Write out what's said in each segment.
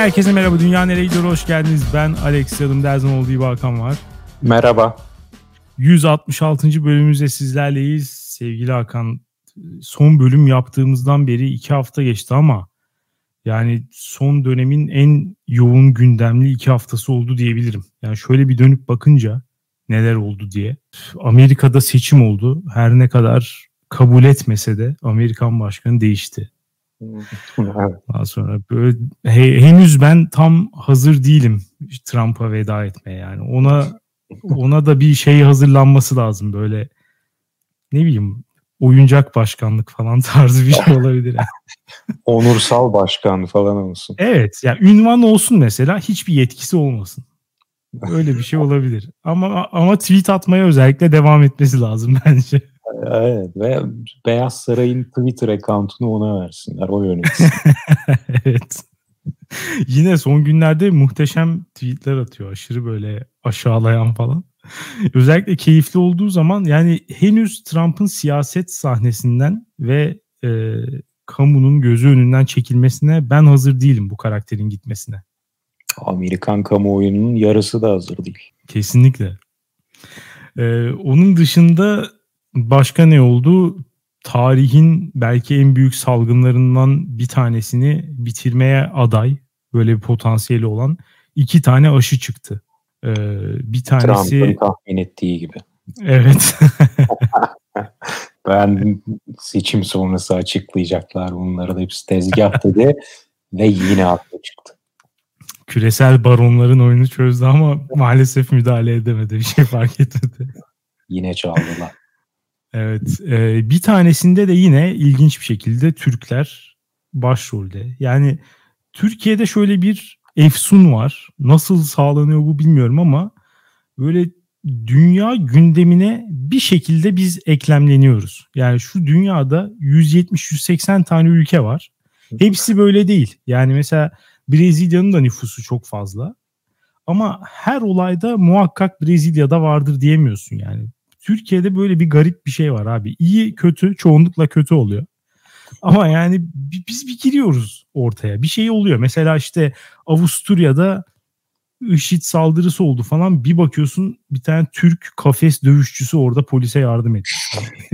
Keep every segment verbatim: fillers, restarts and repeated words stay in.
Herkese merhaba. Dünya Nereye Gidiyor? Hoş geldiniz. Ben Alex, yanımda her zaman olduğu gibi Hakan var. Merhaba. yüz altmış altıncı bölümümüzde sizlerleyiz. Sevgili Hakan, son bölüm yaptığımızdan beri iki hafta geçti ama yani son dönemin en yoğun gündemli iki haftası oldu diyebilirim. Yani şöyle bir dönüp bakınca neler oldu diye. Amerika'da seçim oldu. Her ne kadar kabul etmese de Amerikan başkanı değişti. Daha sonra böyle he, henüz ben tam hazır değilim Trump'a veda etmeye, yani ona ona da bir şey hazırlanması lazım, böyle ne bileyim oyuncak başkanlık falan tarzı bir şey olabilir. Yani. Onursal başkan falan olsun. Evet, yani ünvan olsun mesela, hiçbir yetkisi olmasın. Öyle bir şey olabilir. Ama ama tweet atmaya özellikle devam etmesi lazım bence. Evet, ve Beyaz Saray'ın Twitter account'unu ona versinler, o yönetsin. Evet. Yine son günlerde muhteşem tweetler atıyor. Aşırı böyle aşağılayan falan. Özellikle keyifli olduğu zaman, yani henüz Trump'ın siyaset sahnesinden ve e, kamunun gözü önünden çekilmesine ben hazır değilim, bu karakterin gitmesine. Amerikan kamuoyunun yarısı da hazır değil. Kesinlikle. E, onun dışında başka ne oldu? Tarihin belki en büyük salgınlarından bir tanesini bitirmeye aday, böyle bir potansiyeli olan iki tane aşı çıktı. Ee, bir tanesi... Trump'ın tahmin ettiği gibi. Evet. Ben seçim sonrası açıklayacaklar bunları da, hepsi tezgah dedi ve yine haklı çıktı. Küresel baronların oyunu çözdü ama maalesef müdahale edemedi, bir şey fark etmedi. Yine çaldılar. Evet. E, bir tanesinde de yine ilginç bir şekilde Türkler başrolde. Yani Türkiye'de şöyle bir efsun var. Nasıl sağlanıyor bu bilmiyorum ama böyle dünya gündemine bir şekilde biz eklemleniyoruz. Yani şu dünyada yüz yetmiş yüz seksen tane ülke var. Hepsi böyle değil. Yani mesela Brezilya'nın da nüfusu çok fazla. Ama her olayda muhakkak Brezilya'da vardır diyemiyorsun yani. Türkiye'de böyle bir garip bir şey var abi. İyi kötü, çoğunlukla kötü oluyor. Ama yani biz bir giriyoruz ortaya. Bir şey oluyor. Mesela işte Avusturya'da IŞİD saldırısı oldu falan. Bir bakıyorsun bir tane Türk kafes dövüşçüsü orada polise yardım etmiş.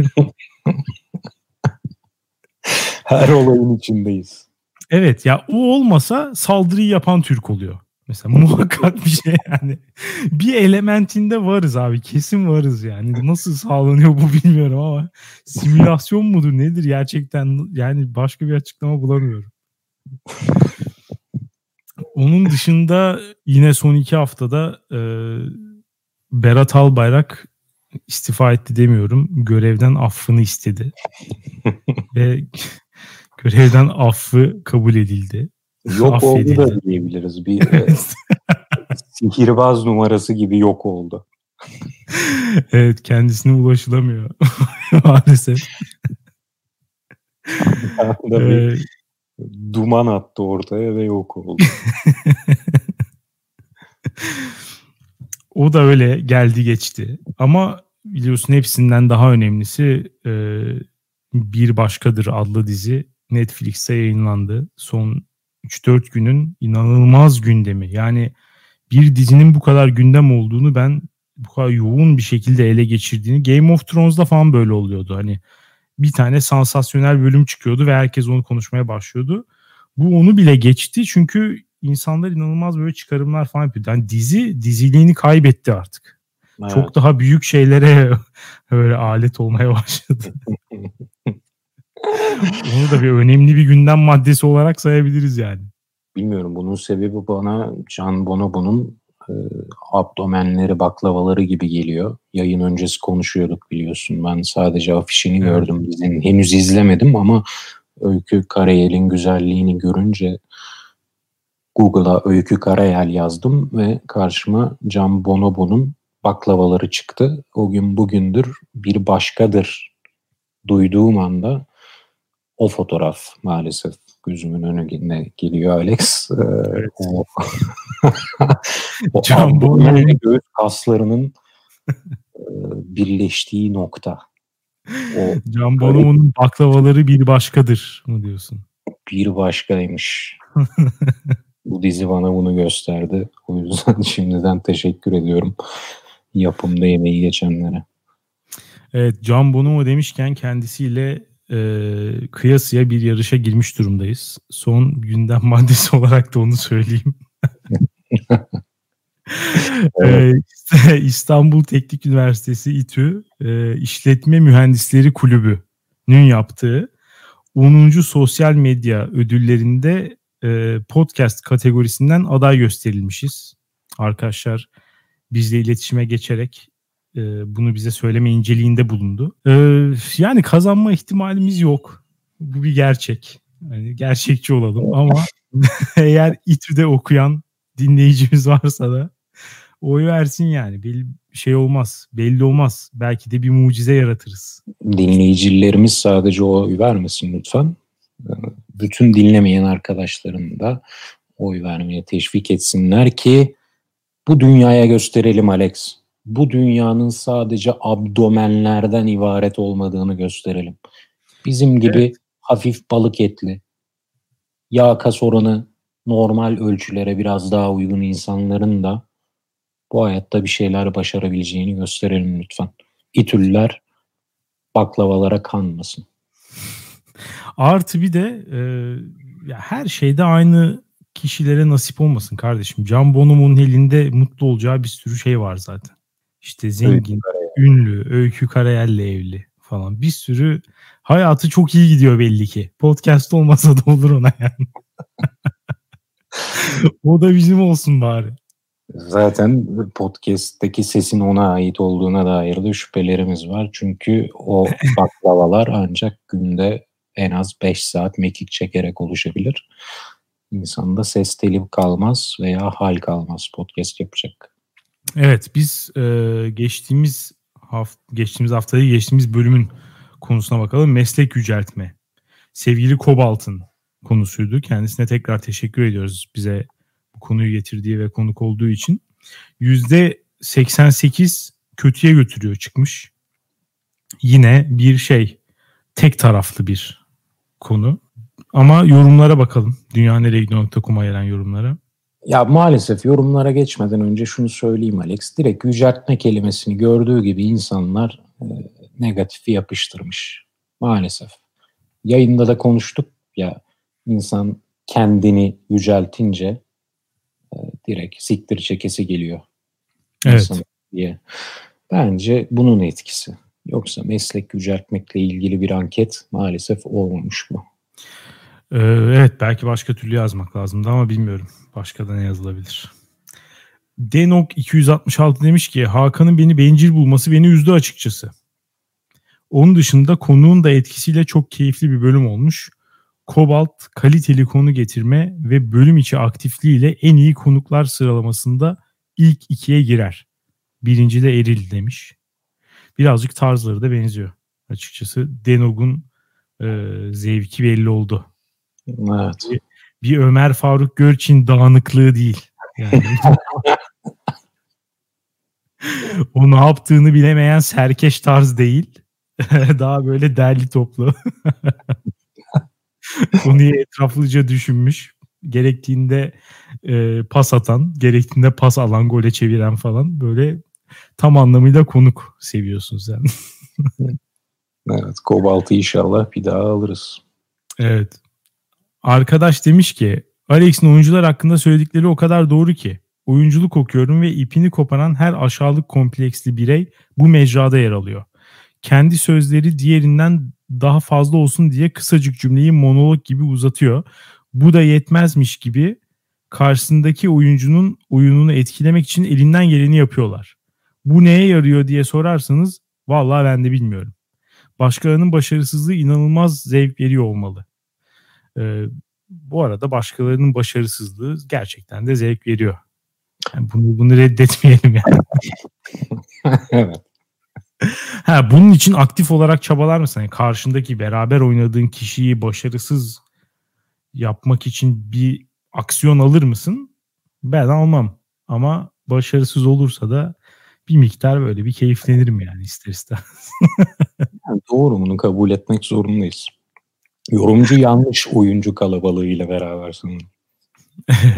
Her olayın içindeyiz. Evet ya, o olmasa saldırıyı yapan Türk oluyor. Mesela muhakkak bir şey yani. Bir elementinde varız abi. Kesin varız yani. Nasıl sağlanıyor bu bilmiyorum ama simülasyon mudur nedir gerçekten, yani başka bir açıklama bulamıyorum. Onun dışında yine son iki haftada e, Berat Albayrak istifa etti demiyorum. Görevden affını istedi. Ve görevden affı kabul edildi. Yok oldu da diyebiliriz. Bir e, sihirbaz numarası gibi yok oldu. Evet, kendisine ulaşılamıyor maalesef. Bir duman attı ortaya ve yok oldu. O da öyle geldi geçti. Ama biliyorsun hepsinden daha önemlisi e, Bir Başkadır adlı dizi Netflix'te yayınlandı. Son üç dört günün inanılmaz gündemi. Yani bir dizinin bu kadar gündem olduğunu, ben bu kadar yoğun bir şekilde ele geçirdiğini, Game of Thrones'da falan böyle oluyordu. Hani bir tane sansasyonel bölüm çıkıyordu ve herkes onu konuşmaya başlıyordu. Bu onu bile geçti çünkü insanlar inanılmaz böyle çıkarımlar falan yapıyor. Yani dizi diziliğini kaybetti artık. Evet. Çok daha büyük şeylere böyle alet olmaya başladı. Onu da bir önemli bir gündem maddesi olarak sayabiliriz yani. Bilmiyorum, bunun sebebi bana Can Bonomo'nun e, abdomenleri baklavaları gibi geliyor. Yayın öncesi konuşuyorduk, biliyorsun. Ben sadece afişini evet. gördüm. Dizinin henüz izlemedim ama Öykü Karayel'in güzelliğini görünce Google'a Öykü Karayel yazdım ve karşıma Can Bonomo'nun baklavaları çıktı. O gün bugündür Bir Başkadır duyduğum anda o fotoğraf maalesef gözümün önüne geliyor Alex. Evet. O, o Can Bonomo'nun göğüs kaslarının birleştiği nokta. O Can Bonomo'nun baklavaları bir başkadır mı diyorsun? Bir başkaymış. Bu dizi bana bunu gösterdi. O yüzden şimdiden teşekkür ediyorum yapımda emeği geçenlere. Evet, Can Bonomo demişken kendisiyle e, kıyasıya bir yarışa girmiş durumdayız. Son gündem maddesi olarak da onu söyleyeyim. Evet. e, İstanbul Teknik Üniversitesi İTÜ e, İşletme Mühendisleri Kulübü'nün yaptığı onuncu Sosyal Medya Ödülleri'nde e, podcast kategorisinden aday gösterilmişiz. Arkadaşlar bizle iletişime geçerek e, bunu bize söyleme inceliğinde bulundu. E, yani kazanma ihtimalimiz yok. Bu bir gerçek. Yani gerçekçi olalım ama eğer İTÜ'de okuyan dinleyicimiz varsa da oy versin yani. Belli şey olmaz. Belli olmaz. Belki de bir mucize yaratırız. Dinleyicilerimiz sadece oy vermesin lütfen. Bütün dinlemeyen arkadaşların da oy vermeye teşvik etsinler ki bu dünyaya gösterelim Alex. Bu dünyanın sadece abdomenlerden ibaret olmadığını gösterelim. Bizim gibi evet. Hafif balık etli, yağ kas oranı normal ölçülere biraz daha uygun insanların da bu hayatta bir şeyler başarabileceğini gösterelim lütfen. İTÜ'lüler baklavalara kanmasın. Artı bir de e, ya her şeyde aynı kişilere nasip olmasın kardeşim. Can Bonomo'nun elinde mutlu olacağı bir sürü şey var zaten. İşte zengin, ünlü, Öykü Karayel'le evli falan. Bir sürü hayatı çok iyi gidiyor belli ki. Podcast olmasa da olur ona yani. O da bizim olsun bari. Zaten podcast'teki sesin ona ait olduğuna dair de şüphelerimiz var. Çünkü o baklavalar ancak günde en az beş saat mekik çekerek oluşabilir. İnsanda ses telif kalmaz veya hal kalmaz podcast yapacak. Evet, biz e, geçtiğimiz hafta geçtiğimiz haftayı geçtiğimiz bölümün konusuna bakalım. Meslek yüceltme. Sevgili Kobalt'ın konusuydu. Kendisine tekrar teşekkür ediyoruz bize bu konuyu getirdiği ve konuk olduğu için. yüzde seksen sekiz kötüye götürüyor çıkmış. Yine bir şey, tek taraflı bir konu. Ama yorumlara bakalım. dünyaneregidiyor nokta com'a gelen yorumlara. Ya maalesef yorumlara geçmeden önce şunu söyleyeyim Alex. Direkt yüceltme kelimesini gördüğü gibi insanlar e, negatifi yapıştırmış. Maalesef. Yayında da konuştuk ya, insan kendini yüceltince e, direkt siktir çekesi geliyor. Evet. Diye. Bence bunun etkisi. Yoksa meslek yüceltmekle ilgili bir anket maalesef olmamış bu. Ee, evet, belki başka türlü yazmak lazımdı ama bilmiyorum. Başka da ne yazılabilir? Denok iki yüz altmış altı demiş ki Hakan'ın beni bencil bulması beni üzdü açıkçası. Onun dışında konuğun da etkisiyle çok keyifli bir bölüm olmuş. Kobalt kaliteli konu getirme ve bölüm içi aktifliğiyle en iyi konuklar sıralamasında ilk ikiye girer. Birinci de Eril demiş. Birazcık tarzları da benziyor. Açıkçası Denok'un e, zevki belli oldu. Evet. Bir, bir Ömer Faruk Görçin dağınıklığı değil. Yani o ne yaptığını bilemeyen serkeş tarz değil. Daha böyle derli toplu. Konuyu etraflıca düşünmüş. Gerektiğinde e, pas atan, gerektiğinde pas alan, gole çeviren falan. Böyle tam anlamıyla konuk seviyorsun sen. Evet, Kobalt'ı inşallah bir daha alırız. Evet. Arkadaş demiş ki Alex'in oyuncular hakkında söyledikleri o kadar doğru ki. Oyunculuk okuyorum ve ipini koparan her aşağılık kompleksli birey bu mecrada yer alıyor. Kendi sözleri diğerinden daha fazla olsun diye kısacık cümleyi monolog gibi uzatıyor. Bu da yetmezmiş gibi karşısındaki oyuncunun oyununu etkilemek için elinden geleni yapıyorlar. Bu neye yarıyor diye sorarsanız vallahi ben de bilmiyorum. Başkalarının başarısızlığı inanılmaz zevk veriyor olmalı. Ee, bu arada başkalarının başarısızlığı gerçekten de zevk veriyor. Yani bunu, bunu reddetmeyelim yani. Evet. Ha, bunun için aktif olarak çabalar mısın? Yani karşındaki beraber oynadığın kişiyi başarısız yapmak için bir aksiyon alır mısın? Ben almam. Ama başarısız olursa da bir miktar böyle bir keyiflenirim yani ister istemez. Yani doğru, bunu kabul etmek zorundayız. Yorumcu yanlış oyuncu kalabalığıyla beraber sanırım. Evet.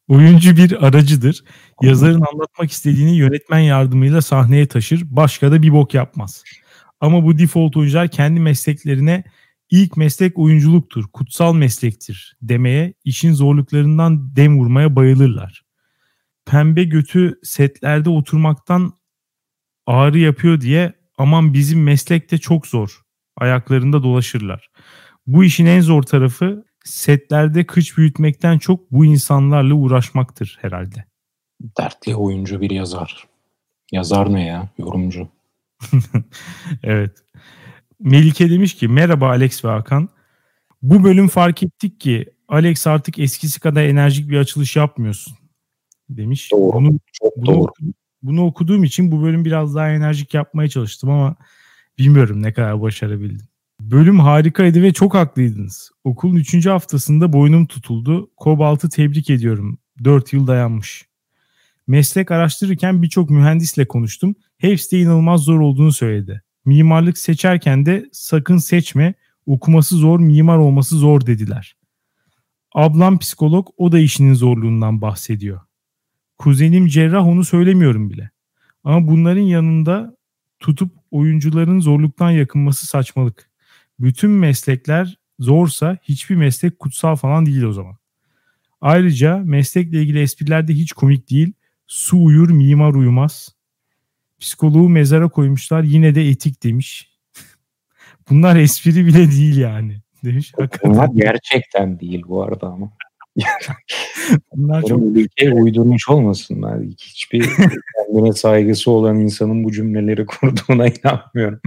Oyuncu bir aracıdır. Yazarın anlatmak istediğini yönetmen yardımıyla sahneye taşır. Başka da bir bok yapmaz. Ama bu default oyuncular kendi mesleklerine ilk meslek oyunculuktur, kutsal meslektir demeye, işin zorluklarından dem vurmaya bayılırlar. Pembe götü setlerde oturmaktan ağrı yapıyor diye aman bizim meslek de çok zor ayaklarında dolaşırlar. Bu işin en zor tarafı setlerde kıç büyütmekten çok bu insanlarla uğraşmaktır herhalde. Dertli oyuncu bir yazar. Yazar ne ya? Yorumcu. Evet. Melike demiş ki merhaba Alex ve Hakan. Bu bölüm fark ettik ki Alex artık eskisi kadar enerjik bir açılış yapmıyorsun demiş. Doğru. Bunu, Çok bunu, doğru. bunu okuduğum için bu bölüm biraz daha enerjik yapmaya çalıştım ama bilmiyorum ne kadar başarabildim. Bölüm harikaydı ve çok haklıydınız. Okulun üçüncü haftasında boynum tutuldu. Kobalt'ı tebrik ediyorum. dört yıl dayanmış. Meslek araştırırken birçok mühendisle konuştum. Hepsi de inanılmaz zor olduğunu söyledi. Mimarlık seçerken de sakın seçme, okuması zor, mimar olması zor dediler. Ablam psikolog, o da işinin zorluğundan bahsediyor. Kuzenim cerrah, onu söylemiyorum bile. Ama bunların yanında tutup oyuncuların zorluktan yakınması saçmalık. Bütün meslekler zorsa hiçbir meslek kutsal falan değil o zaman. Ayrıca meslekle ilgili espriler de hiç komik değil. Su uyur, mimar uyumaz. Psikoloğu mezara koymuşlar, yine de etik demiş. Bunlar espri bile değil yani. Demiş. Bunlar gerçekten değil bu arada ama. Bunlar çok ülkeye uydurmuş olmasınlar. Hiçbir kendine saygısı olan insanın bu cümleleri kurduğuna inanmıyorum.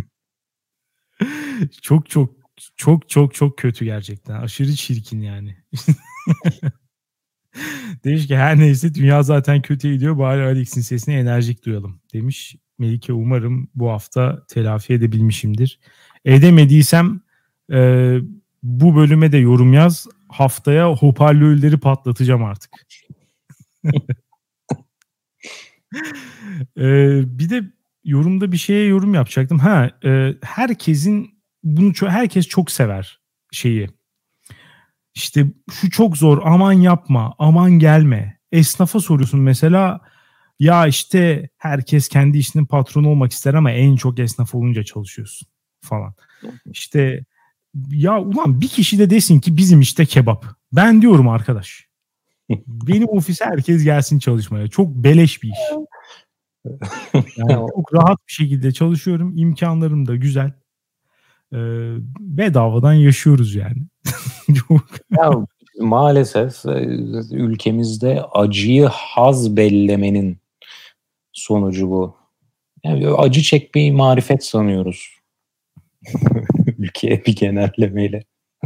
çok çok çok çok çok kötü gerçekten. Aşırı çirkin yani. Demiş ki her neyse dünya zaten kötüye gidiyor. Bari Alex'in sesine enerjik duyalım demiş. Melike, umarım bu hafta telafi edebilmişimdir. Edemediysem e, bu bölüme de yorum yaz. Haftaya hoparlörleri patlatacağım artık. e, bir de yorumda bir şeye yorum yapacaktım. Ha, e, herkesin bunu ço- herkes çok sever şeyi. İşte şu çok zor, aman yapma, aman gelme. Esnafa soruyorsun mesela, ya işte herkes kendi işinin patronu olmak ister ama en çok esnaf olunca çalışıyorsun falan. İşte ya ulan bir kişi de desin ki bizim işte kebap. Ben diyorum arkadaş. Benim ofise herkes gelsin çalışmaya. Çok beleş bir iş. Yani çok rahat bir şekilde çalışıyorum. İmkanlarım da güzel. Ee, bedavadan yaşıyoruz yani. Çok... Ya maalesef ülkemizde acıyı haz bellemenin sonucu bu. Yani acı çekmeyi marifet sanıyoruz. Ülkeye bir genellemeyle.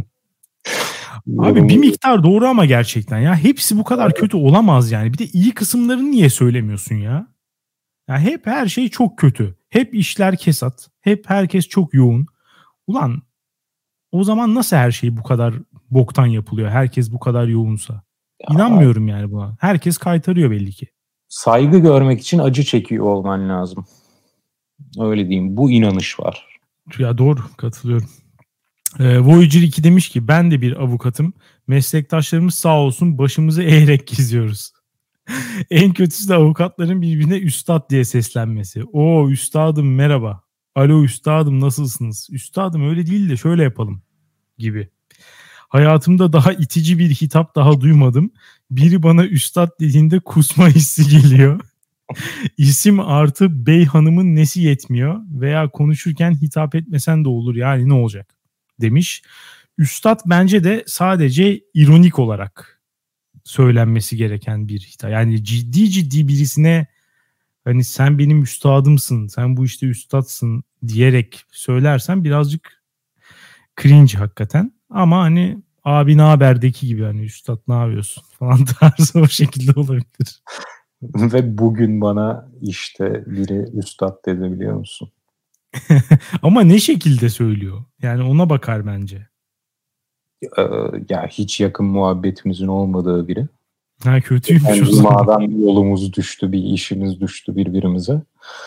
Abi bir miktar doğru ama gerçekten ya. Hepsi bu kadar kötü olamaz yani. Bir de iyi kısımlarını niye söylemiyorsun ya? Ya hep her şey çok kötü. Hep işler kesat. Hep herkes çok yoğun. Ulan o zaman nasıl her şey bu kadar boktan yapılıyor? Herkes bu kadar yoğunsa. İnanmıyorum yani buna. Herkes kaytarıyor belli ki. Saygı görmek için acı çekiyor olman lazım. Öyle diyeyim. Bu inanış var. Ya doğru, katılıyorum. Ee, Voyager iki demiş ki ben de bir avukatım. Meslektaşlarımız sağ olsun başımızı eğerek geziyoruz. En kötüsü de avukatların birbirine üstad diye seslenmesi. Oo üstadım merhaba. Alo üstadım nasılsınız? Üstadım öyle değil de şöyle yapalım gibi. Hayatımda daha itici bir hitap daha duymadım. Biri bana üstad dediğinde kusma hissi geliyor. İsim artı bey hanımın nesi yetmiyor veya konuşurken hitap etmesen de olur yani ne olacak demiş. Üstad bence de sadece ironik olarak söylenmesi gereken bir hitap. Yani ciddi ciddi birisine hani sen benim üstadımsın, sen bu işte üstadsın diyerek söylersen birazcık cringe hakikaten. Ama hani abi ne haberdeki gibi hani üstad ne yapıyorsun falan tarzı o şekilde olabilir. Ve bugün bana işte biri üstad dedi biliyor musun? Ama ne şekilde söylüyor? Yani ona bakar bence. Ee, ya hiç yakın muhabbetimizin olmadığı biri. Ha kötüymüş yani o zaman. Cuma'dan yolumuz düştü, bir işimiz düştü birbirimize.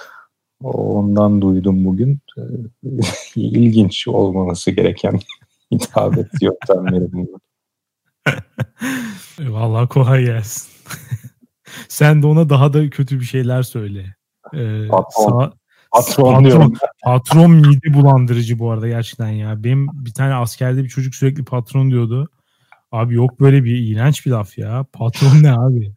Ondan duydum bugün. İlginç olmaması gereken hitabet yöntemleri bunlar. Vallahi kolay gelsin. Sen de ona daha da kötü bir şeyler söyle. Ee, Patron. sağ, Patron patron, diyorum. patron mide bulandırıcı bu arada gerçekten ya. Benim bir tane askerde bir çocuk sürekli patron diyordu. Abi yok böyle bir iğrenç bir laf ya. Patron ne abi?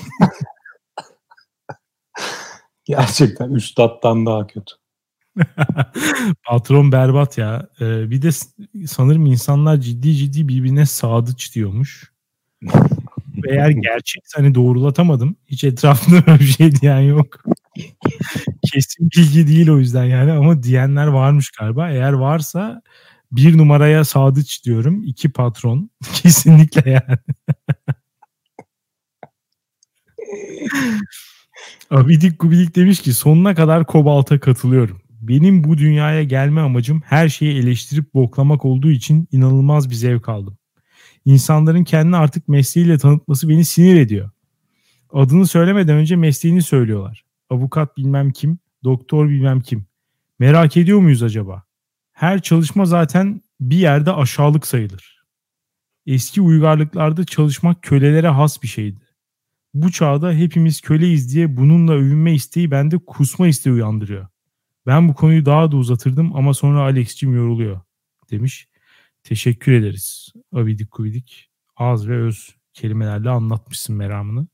Gerçekten üstattan daha kötü. Patron berbat ya. Ee, bir de sanırım insanlar ciddi ciddi birbirine sadıç diyormuş. Eğer gerçekse hani doğrulatamadım. Hiç etrafında böyle bir şey diyen yok. Kesin bilgi değil o yüzden yani ama diyenler varmış galiba. Eğer varsa bir numaraya sadıç diyorum. İki patron. Kesinlikle yani. Abidik Gubidik demiş ki sonuna kadar Kobalt'a katılıyorum. Benim bu dünyaya gelme amacım her şeyi eleştirip boklamak olduğu için inanılmaz bir zevk aldım. İnsanların kendini artık mesleğiyle tanıtması beni sinir ediyor. Adını söylemeden önce mesleğini söylüyorlar. Avukat bilmem kim, doktor bilmem kim. Merak ediyor muyuz acaba? Her çalışma zaten bir yerde aşağılık sayılır. Eski uygarlıklarda çalışmak kölelere has bir şeydi. Bu çağda hepimiz köleyiz diye bununla övünme isteği bende kusma isteği uyandırıyor. Ben bu konuyu daha da uzatırdım ama sonra Alex'cim yoruluyor demiş. Teşekkür ederiz. Abidik Gubidik az ve öz kelimelerle anlatmışsın meramını.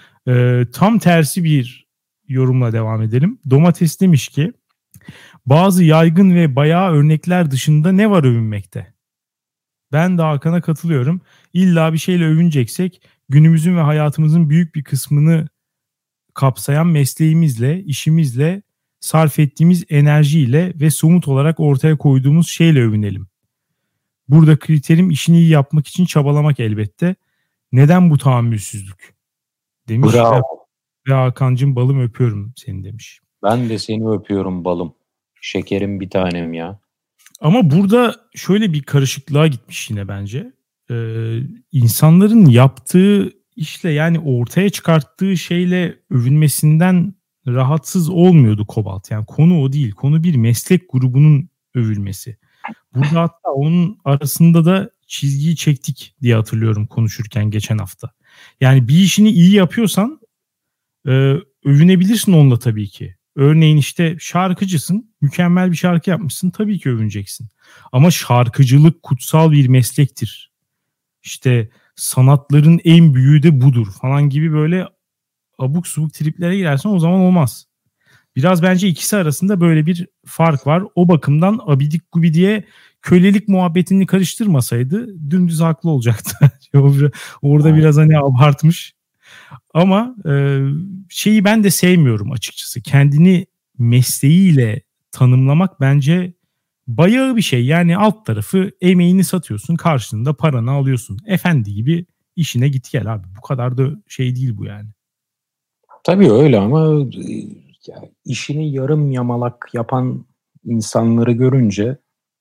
Ee, tam tersi bir yorumla devam edelim. Domates demiş ki bazı yaygın ve bayağı örnekler dışında ne var övünmekte? Ben de Hakan'a katılıyorum. İlla bir şeyle övüneceksek günümüzün ve hayatımızın büyük bir kısmını kapsayan mesleğimizle, işimizle, sarf ettiğimiz enerjiyle ve somut olarak ortaya koyduğumuz şeyle övünelim. Burada kriterim işini iyi yapmak için çabalamak elbette. Neden bu tahammülsüzlük? Demiş. Bravo. Ve Hakan'cığım balım öpüyorum seni demiş. Ben de seni öpüyorum balım. Şekerim bir tanem ya. Ama burada şöyle bir karışıklığa gitmiş yine bence. Ee, insanların yaptığı işle yani ortaya çıkarttığı şeyle övünmesinden rahatsız olmuyordu Kobalt. Yani konu o değil. Konu bir meslek grubunun övülmesi. Burada hatta onun arasında da çizgiyi çektik diye hatırlıyorum konuşurken geçen hafta. Yani bir işini iyi yapıyorsan e, övünebilirsin onunla tabii ki. Örneğin işte şarkıcısın, mükemmel bir şarkı yapmışsın, tabii ki övüneceksin. Ama şarkıcılık kutsal bir meslektir. İşte sanatların en büyüğü de budur falan gibi böyle abuk subuk triplere girersen o zaman olmaz. Biraz bence ikisi arasında böyle bir fark var. O bakımdan abidik gubidiye kölelik muhabbetini karıştırmasaydı dümdüz haklı olacaktı. Orada biraz hani abartmış. Ama e, şeyi ben de sevmiyorum açıkçası. Kendini mesleğiyle tanımlamak bence bayağı bir şey. Yani alt tarafı emeğini satıyorsun, karşılığında paranı alıyorsun. Efendi gibi işine git gel abi. Bu kadar da şey değil bu yani. Tabii öyle ama ya, işini yarım yamalak yapan insanları görünce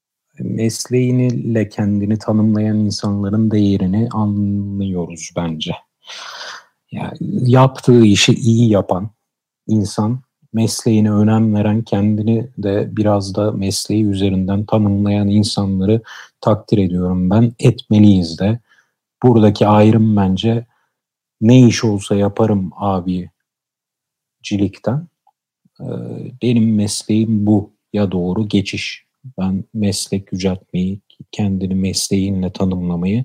mesleğiyle kendini tanımlayan insanların değerini anlıyoruz bence. Yani yaptığı işi iyi yapan insan, mesleğine önem veren, kendini de biraz da mesleği üzerinden tanımlayan insanları takdir ediyorum ben. Etmeliyiz de. Buradaki ayrım bence ne iş olsa yaparım abi cilikten. Benim mesleğim bu ya doğru geçiş. Ben meslek yüceltmeyi, kendini mesleğinle tanımlamayı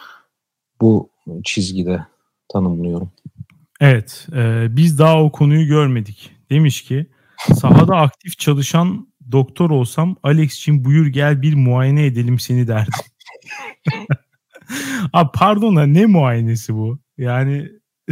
bu çizgide tanımlıyorum. Evet, e, biz daha o konuyu görmedik. Demiş ki sahada aktif çalışan doktor olsam Alex'cim buyur gel bir muayene edelim seni derdim. Abi pardon da ne muayenesi bu? Yani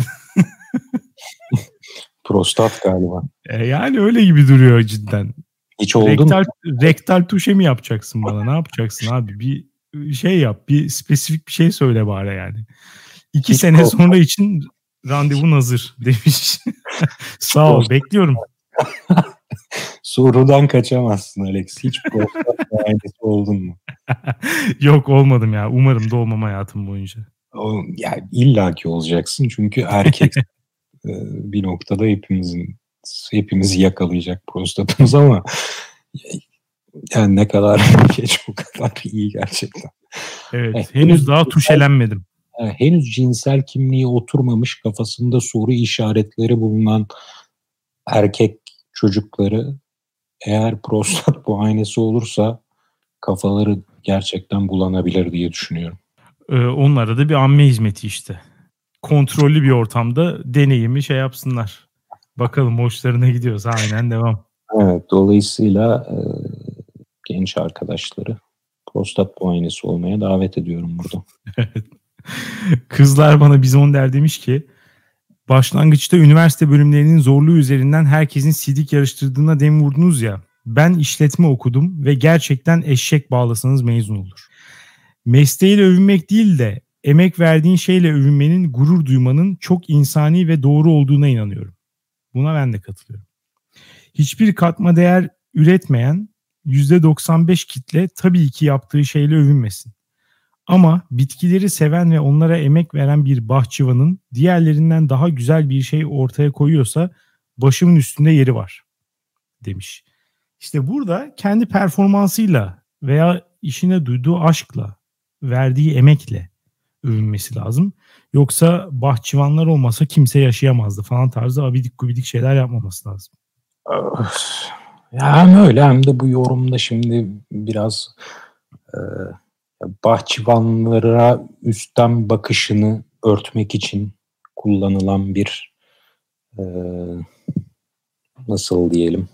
prostat galiba. E, yani öyle gibi duruyor cidden. Hiç oldu rektal, mu? Rektal tuşe mi yapacaksın bana? Ne yapacaksın abi? Bir şey yap. Bir spesifik bir şey söyle bari yani. İki Hiç sene prostat. sonra için randevun hazır demiş. Sağ ol. Bekliyorum. Sorudan kaçamazsın Alex. Hiç prostat muayenesi oldun mu? Yok olmadım ya. Umarım da olmam hayatım boyunca. O, yani illaki olacaksın çünkü erkek bir noktada hepimizin hepimizi yakalayacak prostatımız ama yani ne kadar geç o kadar iyi gerçekten. Evet. evet henüz daha tuşelenmedim. henüz cinsel kimliği oturmamış, kafasında soru işaretleri bulunan erkek çocukları eğer prostat muayenesi olursa kafaları gerçekten bulanabilir diye düşünüyorum. Ee, onlara da bir amme hizmeti işte. Kontrollü bir ortamda deneyimi şey yapsınlar. Bakalım hoşlarına gidiyorsa aynen devam. Evet, dolayısıyla e, genç arkadaşları prostat muayenesi olmaya davet ediyorum burada. Kızlar bana bizon der demiş ki başlangıçta üniversite bölümlerinin zorluğu üzerinden herkesin sidik yarıştırdığına dem vurdunuz ya. Ben işletme okudum ve gerçekten eşek bağlasanız mezun olur. Mesleğiyle övünmek değil de emek verdiğin şeyle övünmenin, gurur duymanın çok insani ve doğru olduğuna inanıyorum. Buna ben de katılıyorum. Hiçbir katma değer üretmeyen yüzde doksan beş kitle tabii ki yaptığı şeyle övünmesin. Ama bitkileri seven ve onlara emek veren bir bahçıvanın diğerlerinden daha güzel bir şey ortaya koyuyorsa başımın üstünde yeri var demiş. İşte burada kendi performansıyla veya işine duyduğu aşkla, verdiği emekle övünmesi lazım. Yoksa bahçıvanlar olmasa kimse yaşayamazdı falan tarzı abidik gubidik şeyler yapmaması lazım. Ya hem öyle hem de bu yorumda şimdi biraz e, bahçıvanlara üstten bakışını örtmek için kullanılan bir e, nasıl diyelim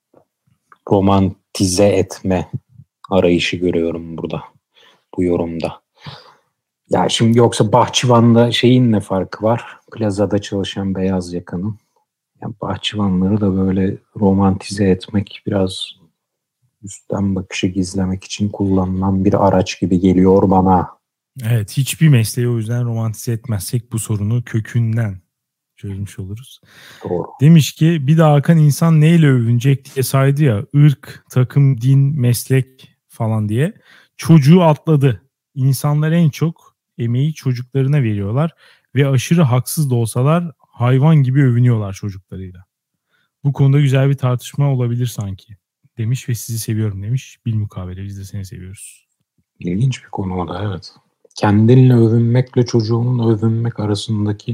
romantize etme arayışı görüyorum burada bu yorumda. Ya şimdi yoksa bahçıvanla şeyin ne farkı var? Plazada çalışan beyaz yakanın. Yani bahçıvanları da böyle romantize etmek biraz üstten bakışı gizlemek için kullanılan bir araç gibi geliyor bana. Evet, hiçbir mesleği o yüzden romantize etmezsek bu sorunu kökünden çözmüş oluruz. Doğru. Demiş ki bir de Hakan insan neyle övünecek diye saydı ya, ırk, takım, din, meslek falan diye. Çocuğu atladı. İnsanlar en çok emeği çocuklarına veriyorlar ve aşırı haksız da olsalar hayvan gibi övünüyorlar çocuklarıyla. Bu konuda güzel bir tartışma olabilir sanki demiş ve sizi seviyorum demiş. Bilmukabele biz de seni seviyoruz. İlginç bir konu o da, evet. Kendinle övünmekle çocuğunun övünmek arasındaki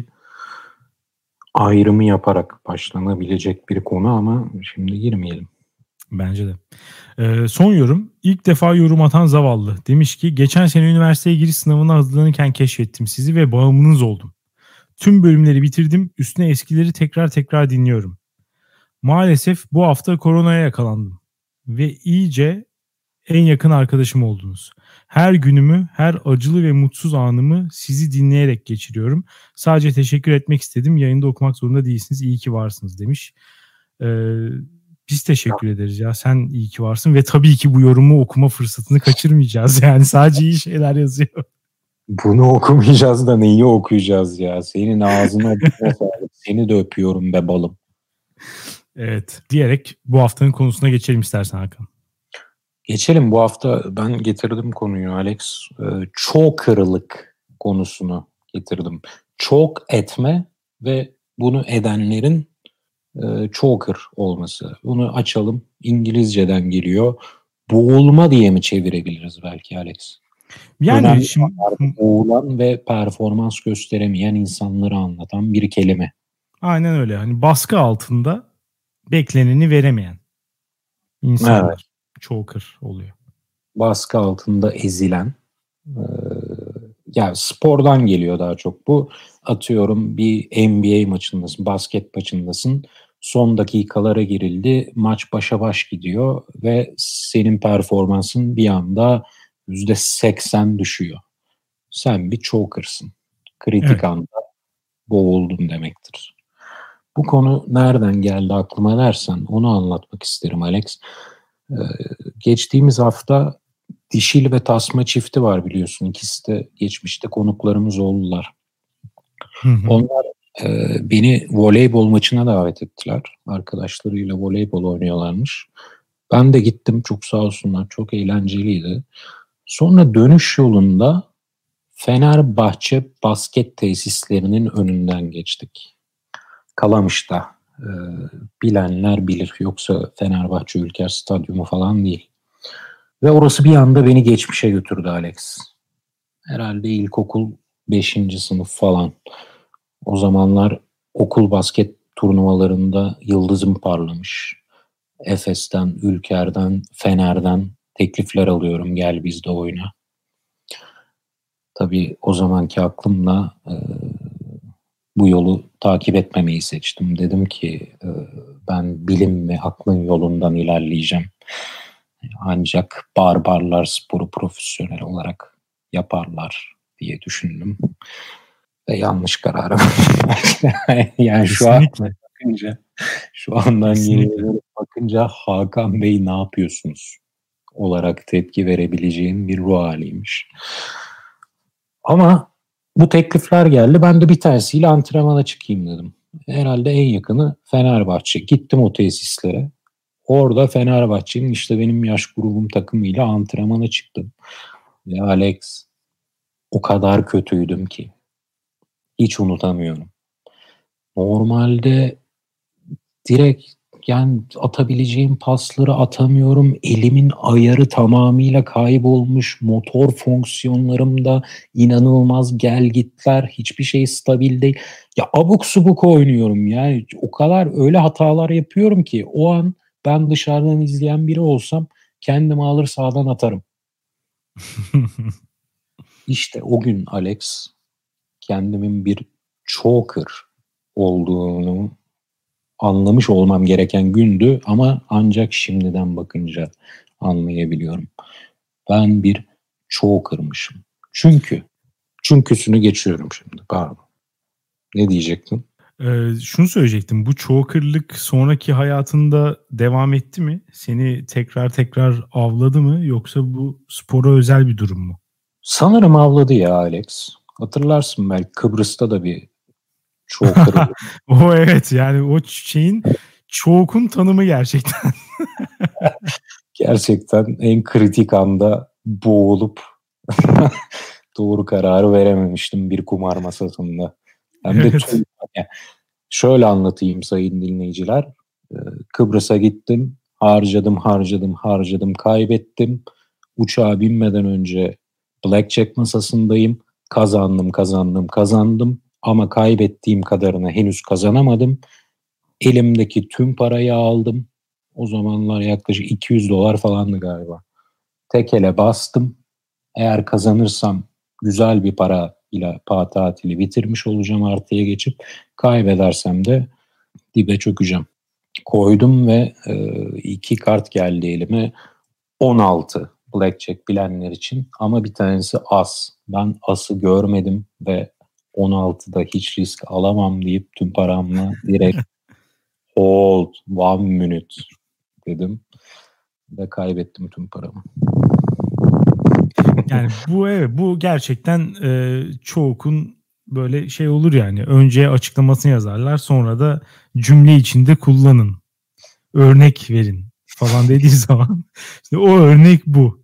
ayrımı yaparak başlanabilecek bir konu ama şimdi girmeyelim. Bence de. Ee, son yorum. İlk defa yorum atan zavallı. Demiş ki geçen sene üniversiteye giriş sınavına hazırlanırken keşfettim sizi ve bağımlınız oldum. Tüm bölümleri bitirdim. Üstüne eskileri tekrar tekrar dinliyorum. Maalesef bu hafta koronaya yakalandım. Ve iyice en yakın arkadaşım oldunuz. Her günümü, her acılı ve mutsuz anımı sizi dinleyerek geçiriyorum. Sadece teşekkür etmek istedim. Yayında okumak zorunda değilsiniz. İyi ki varsınız demiş. Ee, biz teşekkür ederiz ya. Sen iyi ki varsın ve tabii ki bu yorumu okuma fırsatını kaçırmayacağız. Yani sadece iyi şeyler yazıyor. Bunu okumayacağız da neyi okuyacağız ya? Senin ağzına sağlık. Seni de öpüyorum be balım. Evet. Diyerek bu haftanın konusuna geçelim istersen Hakan. Geçelim. Bu hafta ben getirdim konuyu Alex. Ee, choker'lık konusunu getirdim. Choke etme ve bunu edenlerin e, choker olması. Bunu açalım. İngilizceden geliyor. Boğulma diye mi çevirebiliriz belki Alex? Yani önemli şimdi boğulan ve performans gösteremeyen insanları anlatan bir kelime. Aynen öyle. Hani baskı altında bekleneni veremeyen insanlar. Evet. Choker oluyor. Baskı altında ezilen. E, yani spordan geliyor daha çok bu. Atıyorum bir N B A maçındasın, basket maçındasın. Son dakikalara girildi. Maç başa baş gidiyor ve senin performansın bir anda yüzde seksen düşüyor. Sen bir choker'sın. Kritik evet. anda boğuldun demektir. Bu konu nereden geldi aklıma dersen onu anlatmak isterim Alex. Ee, geçtiğimiz hafta dişil ve tasma çifti var biliyorsun. İkisi de geçmişte konuklarımız oldular. Hı hı. Onlar e, beni voleybol maçına davet ettiler. Arkadaşlarıyla voleybol oynuyorlarmış. Ben de gittim, çok sağ olsunlar, çok eğlenceliydi. Sonra dönüş yolunda Fenerbahçe basket tesislerinin önünden geçtik. Kalamış'ta. E, bilenler bilir. Yoksa Fenerbahçe Ülker Stadyumu falan değil. Ve orası bir anda beni geçmişe götürdü Alex. Herhalde ilkokul beşinci sınıf falan. O zamanlar okul basket turnuvalarında yıldızım parlamış. Efes'ten, Ülker'den, Fener'den teklifler alıyorum, gel bizde oyna. Tabii o zamanki aklımla e, bu yolu takip etmemeyi seçtim. Dedim ki e, ben bilim ve aklın yolundan ilerleyeceğim. Ancak barbarlar sporu profesyonel olarak yaparlar diye düşündüm. Ve yanlış kararım. Yani şu an Kesinlikle. bakınca, şu andan geriye Kesinlikle. dönüp bakınca Hakan Bey ne yapıyorsunuz olarak tepki verebileceğim bir ruh haliymiş. Ama bu teklifler geldi. Ben de bir tanesiyle antrenmana çıkayım dedim. Herhalde en yakını Fenerbahçe. Gittim o tesislere. Orada Fenerbahçe'nin işte benim yaş grubum takımıyla antrenmana çıktım. Ve Alex, o kadar kötüydüm ki hiç unutamıyorum. Normalde direkt yani atabileceğim pasları atamıyorum. Elimin ayarı tamamıyla kaybolmuş. Motor fonksiyonlarımda inanılmaz gelgitler. Hiçbir şey stabil değil. Ya abuk subuk oynuyorum. Yani o kadar öyle hatalar yapıyorum ki o an ben dışarıdan izleyen biri olsam kendimi alır sağdan atarım. İşte o gün Alex, kendimin bir choker olduğunu anlamış olmam gereken gündü ama ancak şimdiden bakınca anlayabiliyorum. Ben bir choker'mışım. Çünkü, çünküsünü geçiyorum şimdi. Pardon. Ne diyecektin? Ee, şunu söyleyecektim. Bu choker'lık sonraki hayatında devam etti mi? Seni tekrar tekrar avladı mı? Yoksa bu spora özel bir durum mu? Sanırım avladı ya Alex. Hatırlarsın belki Kıbrıs'ta da bir choker. O evet, yani o şeyin choke'un tanımı gerçekten. Gerçekten en kritik anda boğulup doğru kararı verememiştim bir kumar masasında. Hem de Evet. tüm, yani şöyle anlatayım sayın dinleyiciler. Ee, Kıbrıs'a gittim. Harcadım, harcadım, harcadım, kaybettim. Uçağa binmeden önce blackjack masasındayım. Kazandım, kazandım, kazandım. Ama kaybettiğim kadarını henüz kazanamadım. Elimdeki tüm parayı aldım. O zamanlar yaklaşık iki yüz dolar falandı galiba. Tekele bastım. Eğer kazanırsam güzel bir para ile pa tatili bitirmiş olacağım, artıya geçip kaybedersem de dibe çökeceğim. Koydum ve e, iki kart geldi elime. on altı blackjack bilenler için ama bir tanesi as. Ben ası görmedim ve on altıda hiç risk alamam deyip tüm paramla direkt hold one minute dedim ve kaybettim tüm paramı. Yani bu evet, bu gerçekten e, çoğukun böyle şey olur yani. Önce açıklamasını yazarlar, sonra da cümle içinde kullanın. Örnek verin falan dediği zaman işte o örnek bu.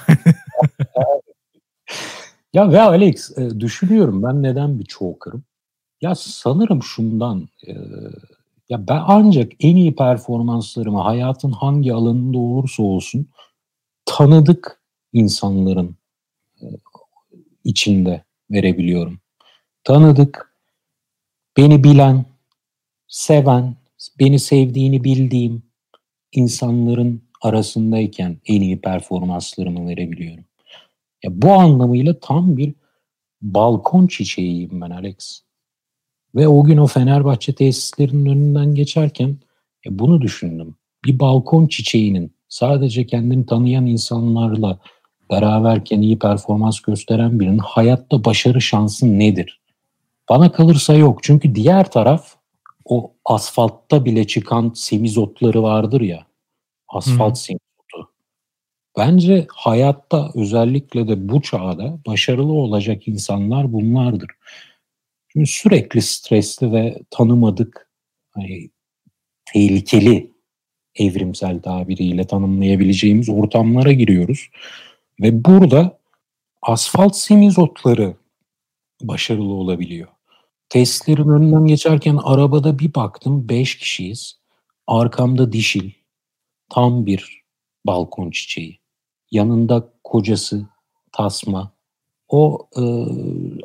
Ya ve Alex, e, düşünüyorum ben neden bir choker'ım? Ya sanırım şundan, e, ya ben ancak en iyi performanslarımı hayatın hangi alanında olursa olsun tanıdık insanların e, içinde verebiliyorum. Tanıdık, beni bilen, seven, beni sevdiğini bildiğim insanların arasındayken en iyi performanslarımı verebiliyorum. Ya bu anlamıyla tam bir balkon çiçeğiyim ben Alex. Ve o gün o Fenerbahçe tesislerinin önünden geçerken e, bunu düşündüm. Bir balkon çiçeğinin sadece kendini tanıyan insanlarla beraberken iyi performans gösteren birinin hayatta başarı şansı nedir? Bana kalırsa yok. Çünkü diğer taraf, o asfaltta bile çıkan semizotları vardır ya. Hı hı. Asfalt semizotu. Bence hayatta, özellikle de bu çağda başarılı olacak insanlar bunlardır. Çünkü sürekli stresli ve tanımadık, hani tehlikeli, evrimsel tabiriyle tanımlayabileceğimiz ortamlara giriyoruz. Ve burada asfalt semizotları başarılı olabiliyor. Testlerin önünden geçerken arabada bir baktım, beş kişiyiz. Arkamda dişil, tam bir balkon çiçeği. Yanında kocası, tasma. O e,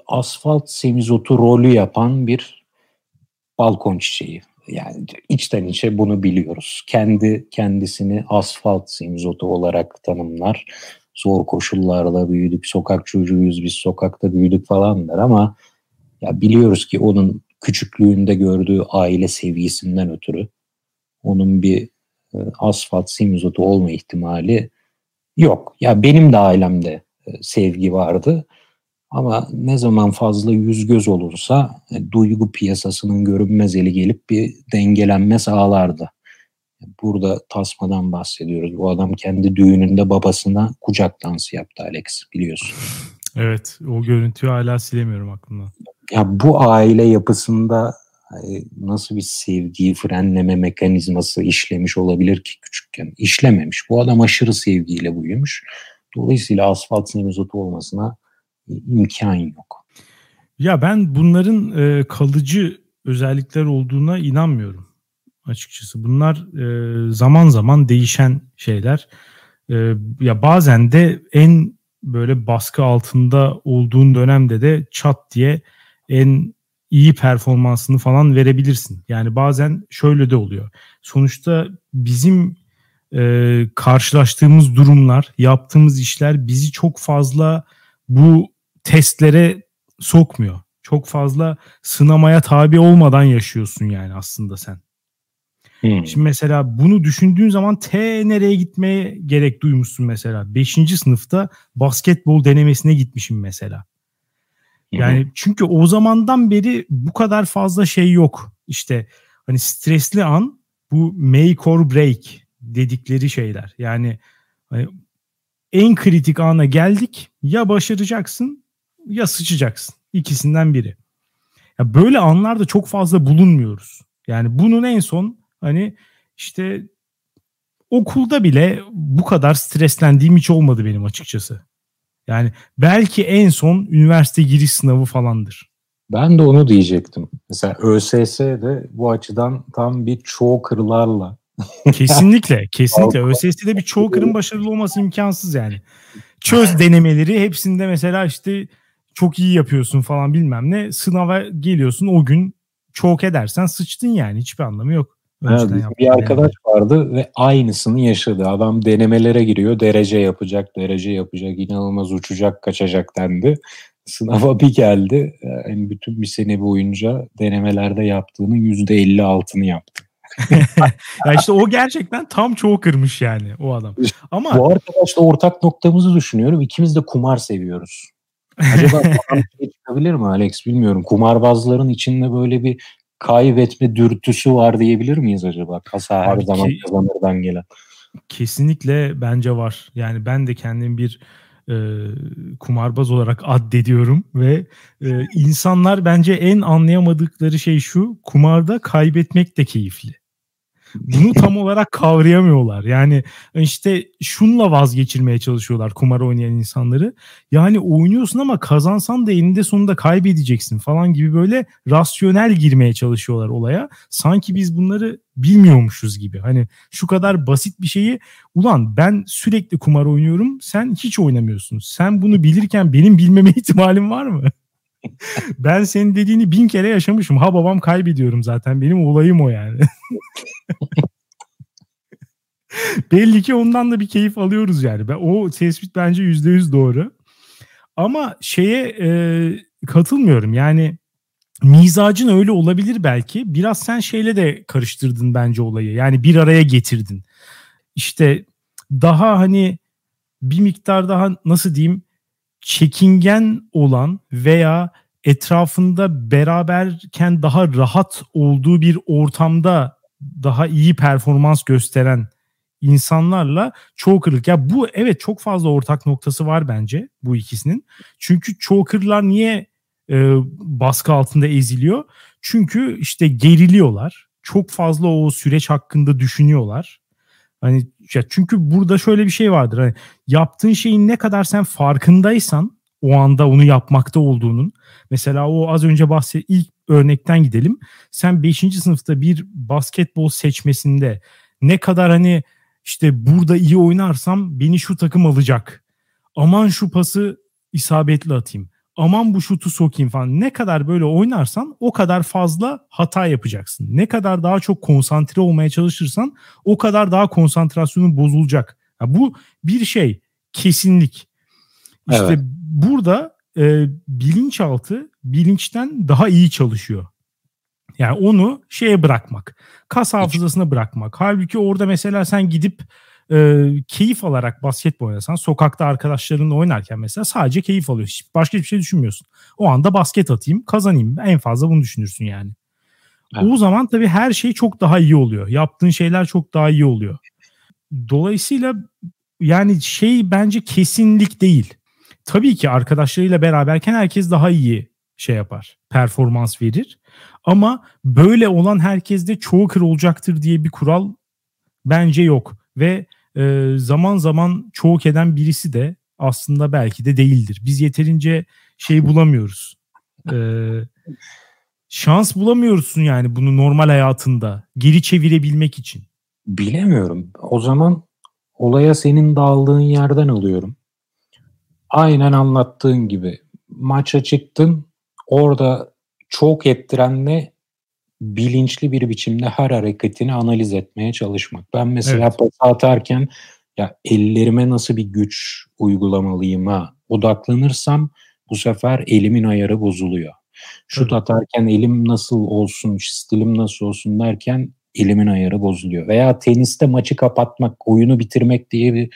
asfalt semizotu rolü yapan bir balkon çiçeği. Yani içten içe bunu biliyoruz. Kendi kendisini asfalt semizotu olarak tanımlar. Zor koşullarda büyüdük, sokak çocuğuyuz, biz sokakta büyüdük falan der ama ya biliyoruz ki onun küçüklüğünde gördüğü aile sevgisinden ötürü onun bir e, asfalt semizotu olma ihtimali yok. Ya benim de ailemde e, sevgi vardı. Ama ne zaman fazla yüz göz olursa e, duygu piyasasının görünmez eli gelip bir dengelenme sağlardı. Burada tasmadan bahsediyoruz. Bu adam kendi düğününde babasına kucak dansı yaptı Alex, biliyorsun. Evet, o görüntüyü hala silemiyorum aklımdan. Ya bu aile yapısında e, nasıl bir sevgiyi frenleme mekanizması işlemiş olabilir ki küçükken? İşlememiş. Bu adam aşırı sevgiyle büyümüş. Dolayısıyla asfalt semizotu olmasına imkan yok. Ya ben bunların e, kalıcı özellikler olduğuna inanmıyorum açıkçası. Bunlar e, zaman zaman değişen şeyler. E, ya bazen de en böyle baskı altında olduğun dönemde de çat diye en iyi performansını falan verebilirsin. Yani bazen şöyle de oluyor. Sonuçta bizim e, karşılaştığımız durumlar, yaptığımız işler bizi çok fazla bu testlere sokmuyor. Çok fazla sınamaya tabi olmadan yaşıyorsun yani aslında sen. Hmm. Şimdi mesela bunu düşündüğün zaman T nereye gitmeye gerek duymuşsun mesela. Beşinci sınıfta basketbol denemesine gitmişim mesela. Yani hmm. çünkü o zamandan beri bu kadar fazla şey yok. İşte hani stresli an bu make or break dedikleri şeyler. Yani hani en kritik ana geldik, ya başaracaksın ya sıçacaksın. İkisinden biri. Ya böyle anlarda çok fazla bulunmuyoruz. Yani bunun en son hani işte okulda bile bu kadar streslendiğim hiç olmadı benim açıkçası. Yani belki en son üniversite giriş sınavı falandır. Ben de onu diyecektim. Mesela ÖSS de bu açıdan tam bir choker'larla. Kesinlikle, kesinlikle. ÖSS'de bir choker'ın başarılı olması imkansız yani. Çöz denemeleri hepsinde mesela işte çok iyi yapıyorsun falan bilmem ne. Sınava geliyorsun o gün çok edersen sıçtın yani. Hiçbir anlamı yok. Ha, bir arkadaş denemeler vardı ve aynısını yaşadı. Adam denemelere giriyor. Derece yapacak, derece yapacak. İnanılmaz uçacak, kaçacak dendi. Sınava bir geldi. Yani bütün bir sene boyunca denemelerde yaptığının yüzde elli altını yaptı. Ya işte o gerçekten tam çoğu kırmış yani o adam. Ama bu arkadaşla ortak noktamızı düşünüyorum. İkimiz de kumar seviyoruz. Acaba bir şey çıkabilir mi Alex, bilmiyorum. Kumarbazların içinde böyle bir kaybetme dürtüsü var diyebilir miyiz acaba? Kasa her Abi zaman ki, kazanırdan gelen. Kesinlikle bence var. Yani ben de kendim bir e, kumarbaz olarak addediyorum ve e, insanlar bence en anlayamadıkları şey şu: kumarda kaybetmek de keyifli. Bunu tam olarak kavrayamıyorlar. Yani işte şunla vazgeçirmeye çalışıyorlar kumar oynayan insanları. Yani oynuyorsun ama kazansan da eninde sonunda kaybedeceksin falan gibi böyle rasyonel girmeye çalışıyorlar olaya. Sanki biz bunları bilmiyormuşuz gibi. Hani şu kadar basit bir şeyi, ulan ben sürekli kumar oynuyorum, sen hiç oynamıyorsun. Sen bunu bilirken benim bilmeme ihtimalim var mı? Ben senin dediğini bin kere yaşamışım. Ha babam kaybediyorum zaten. Benim olayım o yani. Belli ki ondan da bir keyif alıyoruz yani. Ben, o tespit bence yüzde yüz doğru. Ama şeye e, katılmıyorum. Yani mizacın öyle olabilir belki. Biraz sen şeyle de karıştırdın bence olayı. Yani bir araya getirdin. İşte daha hani bir miktar daha nasıl diyeyim, çekingen olan veya etrafında beraberken daha rahat olduğu bir ortamda daha iyi performans gösteren insanlarla choker'lık. Ya bu evet çok fazla ortak noktası var bence bu ikisinin. Çünkü choker'lar niye e, baskı altında eziliyor? Çünkü işte geriliyorlar. Çok fazla o süreç hakkında düşünüyorlar. Hani ya çünkü burada şöyle bir şey vardır. Hani yaptığın şeyin ne kadar sen farkındaysan o anda onu yapmakta olduğunun. Mesela o az önce bahset ilk örnekten gidelim. Sen beşinci sınıfta bir basketbol seçmesinde ne kadar hani işte burada iyi oynarsam beni şu takım alacak. Aman şu pası isabetli atayım. aman bu şutu sokayım falan. Ne kadar böyle oynarsan o kadar fazla hata yapacaksın. Ne kadar daha çok konsantre olmaya çalışırsan o kadar daha konsantrasyonun bozulacak. Ya bu bir şey, kesinlik. İşte Evet. burada e, bilinçaltı bilinçten daha iyi çalışıyor. Yani onu şeye bırakmak, kas hafızasına bırakmak. Halbuki orada mesela sen gidip e, keyif alarak basketbol oynasan, sokakta arkadaşlarınla oynarken mesela sadece keyif alıyorsun. Başka hiçbir şey düşünmüyorsun. O anda basket atayım, kazanayım. En fazla bunu düşünürsün yani. Evet. O zaman tabii her şey çok daha iyi oluyor. Yaptığın şeyler çok daha iyi oluyor. Dolayısıyla yani şey bence kesinlik değil. Tabii ki arkadaşlarıyla beraberken herkes daha iyi şey yapar, performans verir. Ama böyle olan herkes de choker olacaktır diye bir kural bence yok. Ve e, zaman zaman choke eden birisi de aslında belki de değildir. Biz yeterince şey bulamıyoruz. E, şans bulamıyorsun yani bunu normal hayatında geri çevirebilmek için. Bilemiyorum. O zaman olaya senin daldığın yerden alıyorum. Aynen anlattığın gibi maça çıktın, orada çok ettirenle bilinçli bir biçimde her hareketini analiz etmeye çalışmak. Ben mesela Evet. pas atarken ya ellerime nasıl bir güç uygulamalıyım'a odaklanırsam bu sefer elimin ayarı bozuluyor. Şut Tabii. atarken elim nasıl olsun, stilim nasıl olsun derken elimin ayarı bozuluyor. Veya teniste maçı kapatmak, oyunu bitirmek diye bir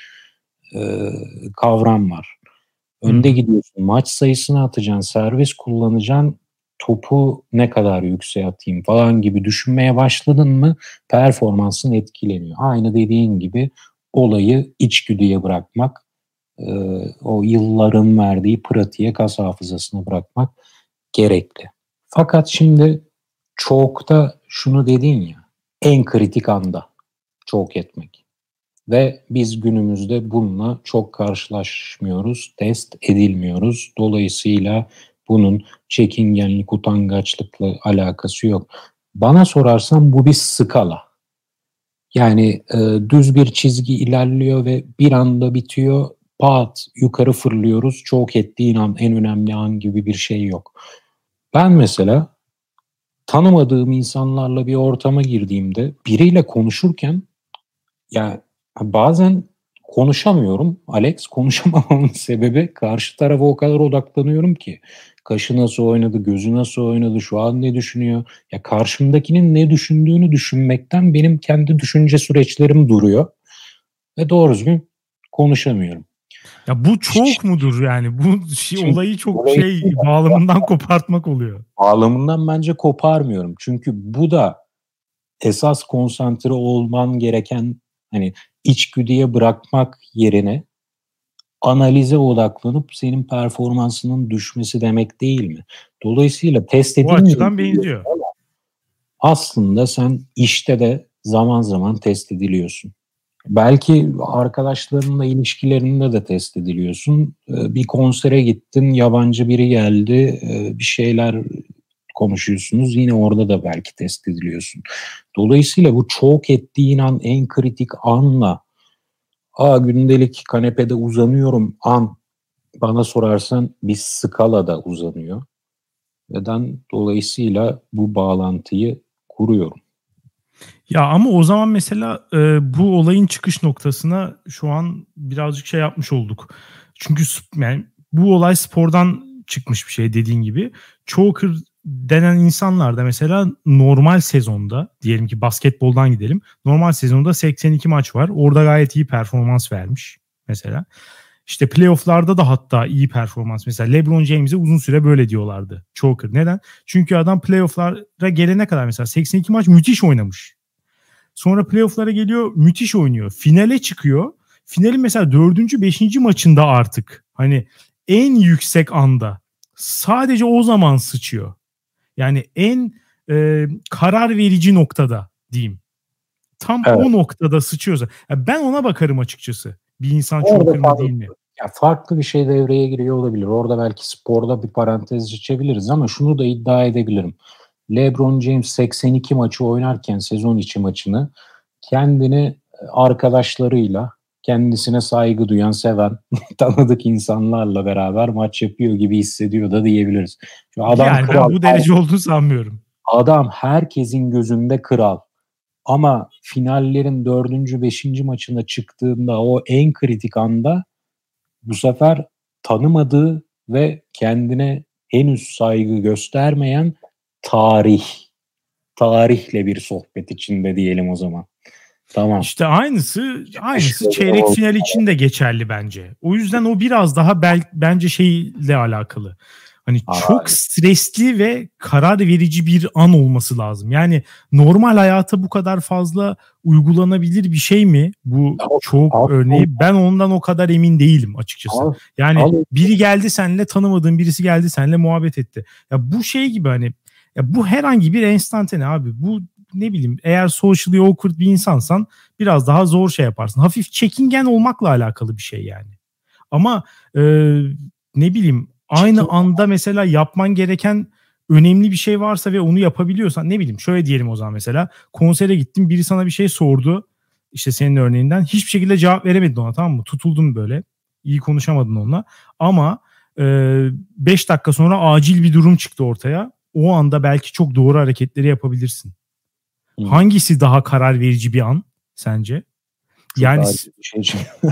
e, kavram var. Önde gidiyorsun, maç sayısını atacaksın, servis kullanacaksın, topu ne kadar yükseğe atayım falan gibi düşünmeye başladın mı performansın etkileniyor. Aynı dediğin gibi olayı içgüdüye bırakmak, e, o yılların verdiği pratiğe, kas hafızasına bırakmak gerekli. Fakat şimdi çokta şunu dedin ya, en kritik anda çok etmek. Ve biz günümüzde bununla çok karşılaşmıyoruz, test edilmiyoruz. Dolayısıyla bunun çekingenlik, utangaçlıkla alakası yok. Bana sorarsan bu bir skala. Yani e, düz bir çizgi ilerliyor ve bir anda bitiyor, pat yukarı fırlıyoruz. Çok ettiğin an, en önemli an gibi bir şey yok. Ben mesela tanımadığım insanlarla bir ortama girdiğimde biriyle konuşurken ya bazen konuşamıyorum Alex. Konuşamamamın sebebi karşı tarafa o kadar odaklanıyorum ki. Kaşı nasıl oynadı, gözü nasıl oynadı, şu an ne düşünüyor? Ya karşımdakinin ne düşündüğünü düşünmekten benim kendi düşünce süreçlerim duruyor. Ve doğru düzgün konuşamıyorum. Ya bu çok mudur yani? Bu şey, olayı çok şey Dolayısıyla bağlamından kopartmak oluyor. Bağlamından bence koparmıyorum. Çünkü bu da esas konsantre olman gereken, hani içgüdüye bırakmak yerine analize odaklanıp senin performansının düşmesi demek değil mi? Dolayısıyla test Bu edilmiyor. açıdan benziyor. Aslında sen işte de zaman zaman test ediliyorsun. Belki arkadaşlarınla ilişkilerinde de test ediliyorsun. Bir konsere gittin, yabancı biri geldi, bir şeyler konuşuyorsunuz. Yine orada da belki test ediliyorsun. Dolayısıyla bu çok ettiğin an, en kritik anla Aa, gündelik kanepede uzanıyorum an bana sorarsan bir skalada uzanıyor. Neden? Dolayısıyla bu bağlantıyı kuruyorum. Ya ama o zaman mesela e, bu olayın çıkış noktasına şu an birazcık şey yapmış olduk. Çünkü yani bu olay spordan çıkmış bir şey dediğin gibi. Choker denen insanlar da mesela normal sezonda, diyelim ki basketboldan gidelim. Normal sezonda seksen iki maç var. Orada gayet iyi performans vermiş mesela. İşte playoff'larda da hatta iyi performans. Mesela LeBron James'e uzun süre böyle diyorlardı. Choker. Neden? Çünkü adam playoff'lara gelene kadar mesela seksen iki maç müthiş oynamış. Sonra playoff'lara geliyor, müthiş oynuyor. Finale çıkıyor. Finalin mesela dördüncü, beşinci maçında artık hani en yüksek anda sadece o zaman sıçıyor. Yani en e, karar verici noktada diyeyim. Tam evet. O noktada sıçıyorsa. Yani ben ona bakarım açıkçası. Bir insan choker mı değil mi? Ya farklı bir şey devreye giriyor olabilir. Orada belki sporda bir parantez açabiliriz ama şunu da iddia edebilirim. LeBron James seksen iki maçı oynarken sezon içi maçını kendini arkadaşlarıyla kendisine saygı duyan, seven, tanıdık insanlarla beraber maç yapıyor gibi hissediyor da diyebiliriz. Şu adam yani kral, ben bu derece olduğunu sanmıyorum. Adam herkesin gözünde kral. Ama finallerin dördüncü, beşinci maçına çıktığında o en kritik anda bu sefer tanımadığı ve kendine henüz saygı göstermeyen tarih, tarihle bir sohbet içinde diyelim o zaman. Tamam. İşte aynısı aynısı çeyrek final için de geçerli bence. O yüzden o biraz daha bel, bence şeyle alakalı. Hani Aa, çok stresli ve karar verici bir an olması lazım. Yani normal hayata bu kadar fazla uygulanabilir bir şey mi? Bu al, çok al, örneği. Al. Ben ondan o kadar emin değilim açıkçası. Al, yani al. Biri geldi seninle, tanımadığın birisi geldi seninle muhabbet etti. Ya bu şey gibi hani ya bu herhangi bir enstantane abi. Bu ne bileyim eğer socially awkward bir insansan biraz daha zor şey yaparsın. Hafif çekingen olmakla alakalı bir şey yani. Ama e, ne bileyim aynı anda mesela yapman gereken önemli bir şey varsa ve onu yapabiliyorsan ne bileyim şöyle diyelim o zaman mesela konsere gittin biri sana bir şey sordu işte senin örneğinden hiçbir şekilde cevap veremedin ona tamam mı? Tutuldun böyle iyi konuşamadın onunla ama beş e, dakika sonra acil bir durum çıktı ortaya o anda belki çok doğru hareketleri yapabilirsin. Hmm. Hangisi daha karar verici bir an sence? Çok yani acil bir şey çıktı.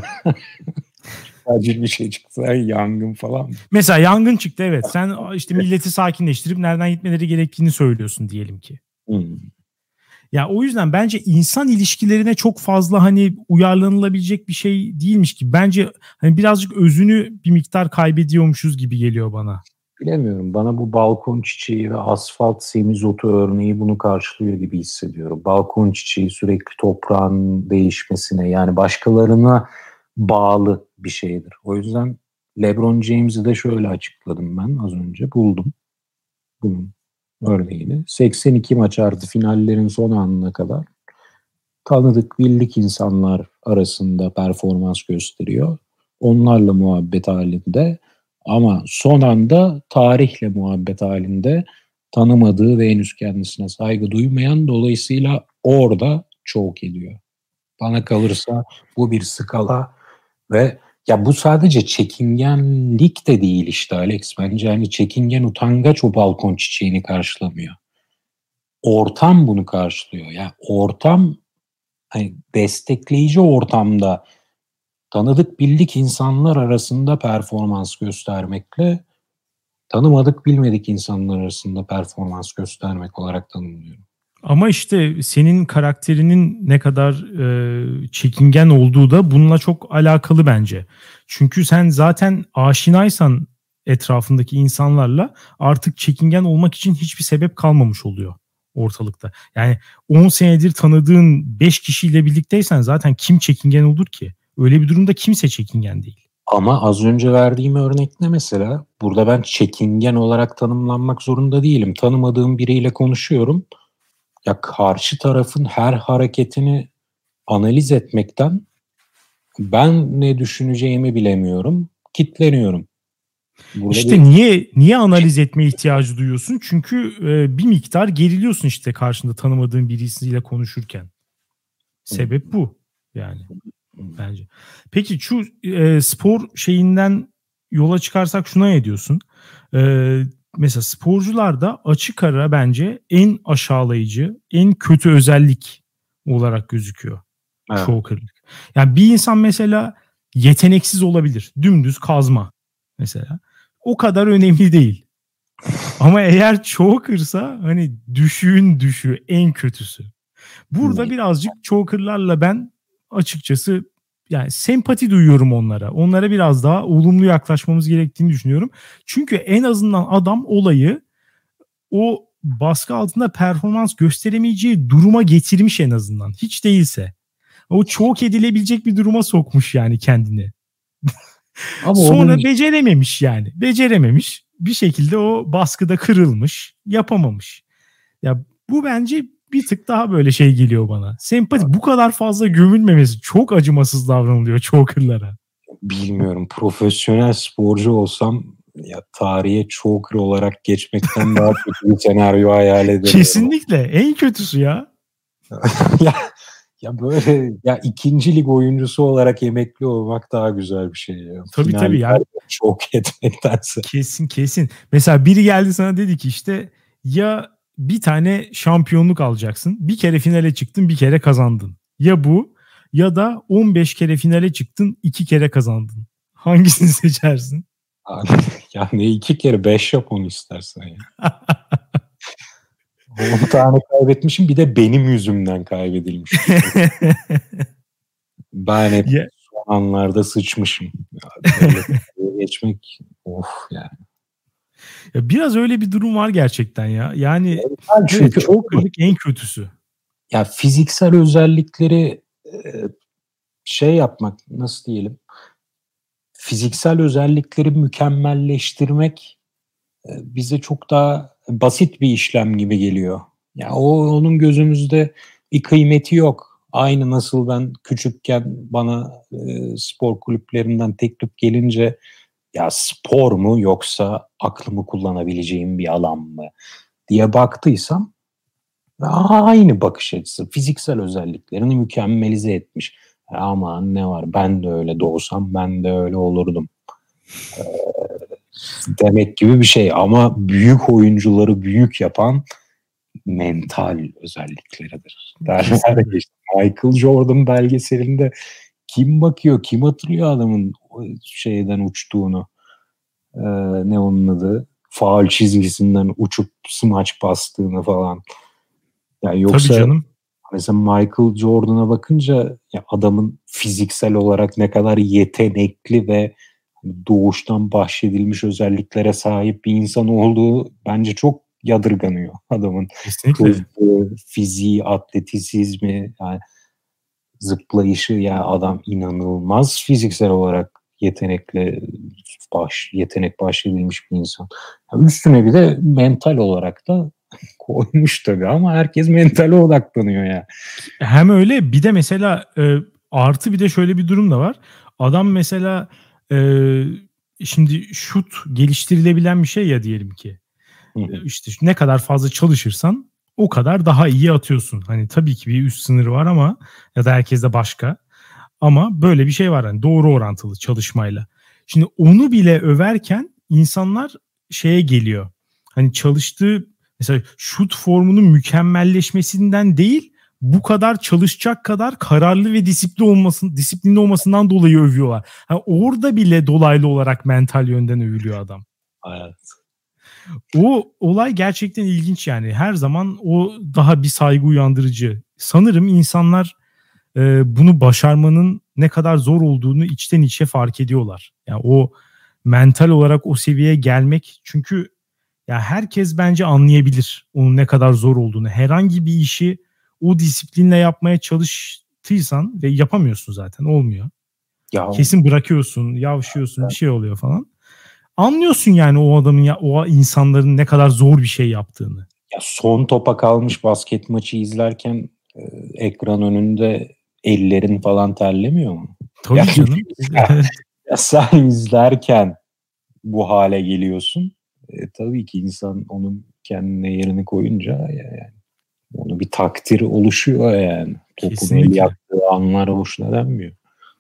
acil bir şey çıktı. Yangın falan. Mesela yangın çıktı evet. Sen işte milleti sakinleştirip nereden gitmeleri gerektiğini söylüyorsun diyelim ki. Hmm. Ya o yüzden bence insan ilişkilerine çok fazla hani uyarlanılabilecek bir şey değilmiş ki. Bence hani birazcık özünü bir miktar kaybediyormuşuz gibi geliyor bana. Bilemiyorum. Bana bu balkon çiçeği ve asfalt semizotu örneği bunu karşılıyor gibi hissediyorum. Balkon çiçeği sürekli toprağın değişmesine yani başkalarına bağlı bir şeydir. O yüzden LeBron James'i de şöyle açıkladım ben az önce. Buldum bunun örneğini. seksen iki maç artı finallerin son anına kadar tanıdık bildik insanlar arasında performans gösteriyor. Onlarla muhabbet halinde ama son anda tarihle muhabbet halinde tanımadığı ve henüz kendisine saygı duymayan dolayısıyla orada çok ediyor. Bana kalırsa bu bir skala ve ya bu sadece çekingenlik de değil işte Alex. Bence hani çekingen utangaç o balkon çiçeğini karşılamıyor. Ortam bunu karşılıyor. Ya yani ortam hani destekleyici ortamda tanıdık bildik insanlar arasında performans göstermekle tanımadık bilmedik insanlar arasında performans göstermek olarak tanımlıyorum. Ama işte senin karakterinin ne kadar e, çekingen olduğu da bununla çok alakalı bence. Çünkü sen zaten aşinaysan etrafındaki insanlarla artık çekingen olmak için hiçbir sebep kalmamış oluyor ortalıkta. Yani on senedir tanıdığın beş kişiyle birlikteysen zaten kim çekingen olur ki? Öyle bir durumda kimse çekingen değil. Ama az önce verdiğim örnekte mesela burada ben çekingen olarak tanımlanmak zorunda değilim. Tanımadığım biriyle konuşuyorum. Ya karşı tarafın her hareketini analiz etmekten ben ne düşüneceğimi bilemiyorum. Kitleniyorum. Burada işte bir... niye niye analiz etme ihtiyacı duyuyorsun? Çünkü e, bir miktar geriliyorsun işte karşında tanımadığın birisiyle konuşurken. Sebep bu yani bence. Peki şu e, spor şeyinden yola çıkarsak şuna ne diyorsun? E, mesela sporcularda açık ara bence en aşağılayıcı, en kötü özellik olarak gözüküyor. Evet. Choker'lık. Yani bir insan mesela yeteneksiz olabilir. Dümdüz kazma mesela. O kadar önemli değil. Ama eğer choker'sa hani düşüğün düşüğü en kötüsü. Burada hmm. birazcık choker'larla ben açıkçası yani sempati duyuyorum onlara. Onlara biraz daha olumlu yaklaşmamız gerektiğini düşünüyorum. Çünkü en azından adam olayı o baskı altında performans gösteremeyeceği duruma getirmiş en azından. Hiç değilse. O choke edilebilecek bir duruma sokmuş yani kendini. Ama sonra onun... becerememiş yani. Becerememiş. Bir şekilde o baskıda kırılmış. Yapamamış. Ya bu bence bir tık daha böyle şey geliyor bana. Sempati bu kadar fazla gömülmemesi çok acımasız davranılıyor choker'lara. Bilmiyorum. Profesyonel sporcu olsam ya tarihe choker olarak geçmekten daha kötü bir senaryo hayal ederim. Kesinlikle. En kötüsü ya. ya Ya böyle ya ikinci lig oyuncusu olarak emekli olmak daha güzel bir şey ya. Tabii Final tabii yani. Şok etmektense. Kesin kesin. Mesela biri geldi sana dedi ki işte ya bir tane şampiyonluk alacaksın. Bir kere finale çıktın, bir kere kazandın. Ya bu ya da on beş kere finale çıktın, iki kere kazandın. Hangisini seçersin? Abi, ya ne iki kere beş yap onu istersen ya. on tane kaybetmişim, bir de benim yüzümden kaybedilmiş. Ben hep yeah. son anlarda sıçmışım. Yani geçmek of yani. Ya biraz öyle bir durum var gerçekten ya. Yani yani çünkü çok en kötüsü. Ya fiziksel özellikleri şey yapmak, nasıl diyelim? Fiziksel özellikleri mükemmelleştirmek bize çok daha basit bir işlem gibi geliyor. Ya o onun gözümüzde bir kıymeti yok. Aynı nasıl ben küçükken bana e, spor kulüplerinden teklif gelince ya spor mu yoksa aklımı kullanabileceğim bir alan mı diye baktıysam aynı bakış açısı. Fiziksel özelliklerini mükemmelize etmiş. Aman ne var, ben de öyle doğsam ben de öyle olurdum ee, demek gibi bir şey. Ama büyük oyuncuları büyük yapan mental özellikleridir. Derler işte Michael Jordan belgeselinde kim bakıyor, kim hatırlıyor adamın şeyden uçtuğunu, ee, ne onun adı, faul çizgisinden uçup smaç bastığını falan. Yani yoksa tabii canım. Mesela Michael Jordan'a bakınca ya adamın fiziksel olarak ne kadar yetenekli ve doğuştan bahşedilmiş özelliklere sahip bir insan olduğu bence çok yadırganıyor adamın. Kesinlikle. Hızlı, fiziği, atletizmi, yani zıplayışı, ya adam inanılmaz fiziksel olarak yetenekli, baş, yetenek bahşedilmiş bir insan. Yani üstüne bir de mental olarak da koymuş tabii ama herkes mentale odaklanıyor ya. Hem öyle, bir de mesela e, artı bir de şöyle bir durum da var. Adam mesela e, şimdi şut geliştirilebilen bir şey ya diyelim ki. Hı hı. İşte ne kadar fazla çalışırsan o kadar daha iyi atıyorsun. Hani tabii ki bir üst sınırı var ama ya da herkeste başka. Ama böyle bir şey var, hani doğru orantılı çalışmayla. Şimdi onu bile överken insanlar şeye geliyor. Hani çalıştığı mesela şut formunun mükemmelleşmesinden değil, bu kadar çalışacak kadar kararlı ve disiplinli olmasın, disiplinli olmasından dolayı övüyorlar. Yani orada bile dolaylı olarak mental yönden övülüyor adam. Evet. O olay gerçekten ilginç yani. Her zaman o daha bir saygı uyandırıcı. Sanırım insanlar e, bunu başarmanın ne kadar zor olduğunu içten içe fark ediyorlar. Yani o mental olarak o seviyeye gelmek, çünkü ya herkes bence anlayabilir onun ne kadar zor olduğunu. Herhangi bir işi o disiplinle yapmaya çalıştıysan ve yapamıyorsun, zaten olmuyor. Ya. Kesin bırakıyorsun, yavşıyorsun, evet. Bir şey oluyor falan. Anlıyorsun yani o adamın, ya o insanların ne kadar zor bir şey yaptığını. Ya son topa kalmış basket maçı izlerken e, ekran önünde ellerin falan terlemiyor mu? Tabii ya, canım. ya, ya sen izlerken bu hale geliyorsun. E, tabii ki insan onun kendine yerini koyunca yani onu bir takdir oluşuyor yani. Topun el yaktığı anlar hoşuna denmiyor.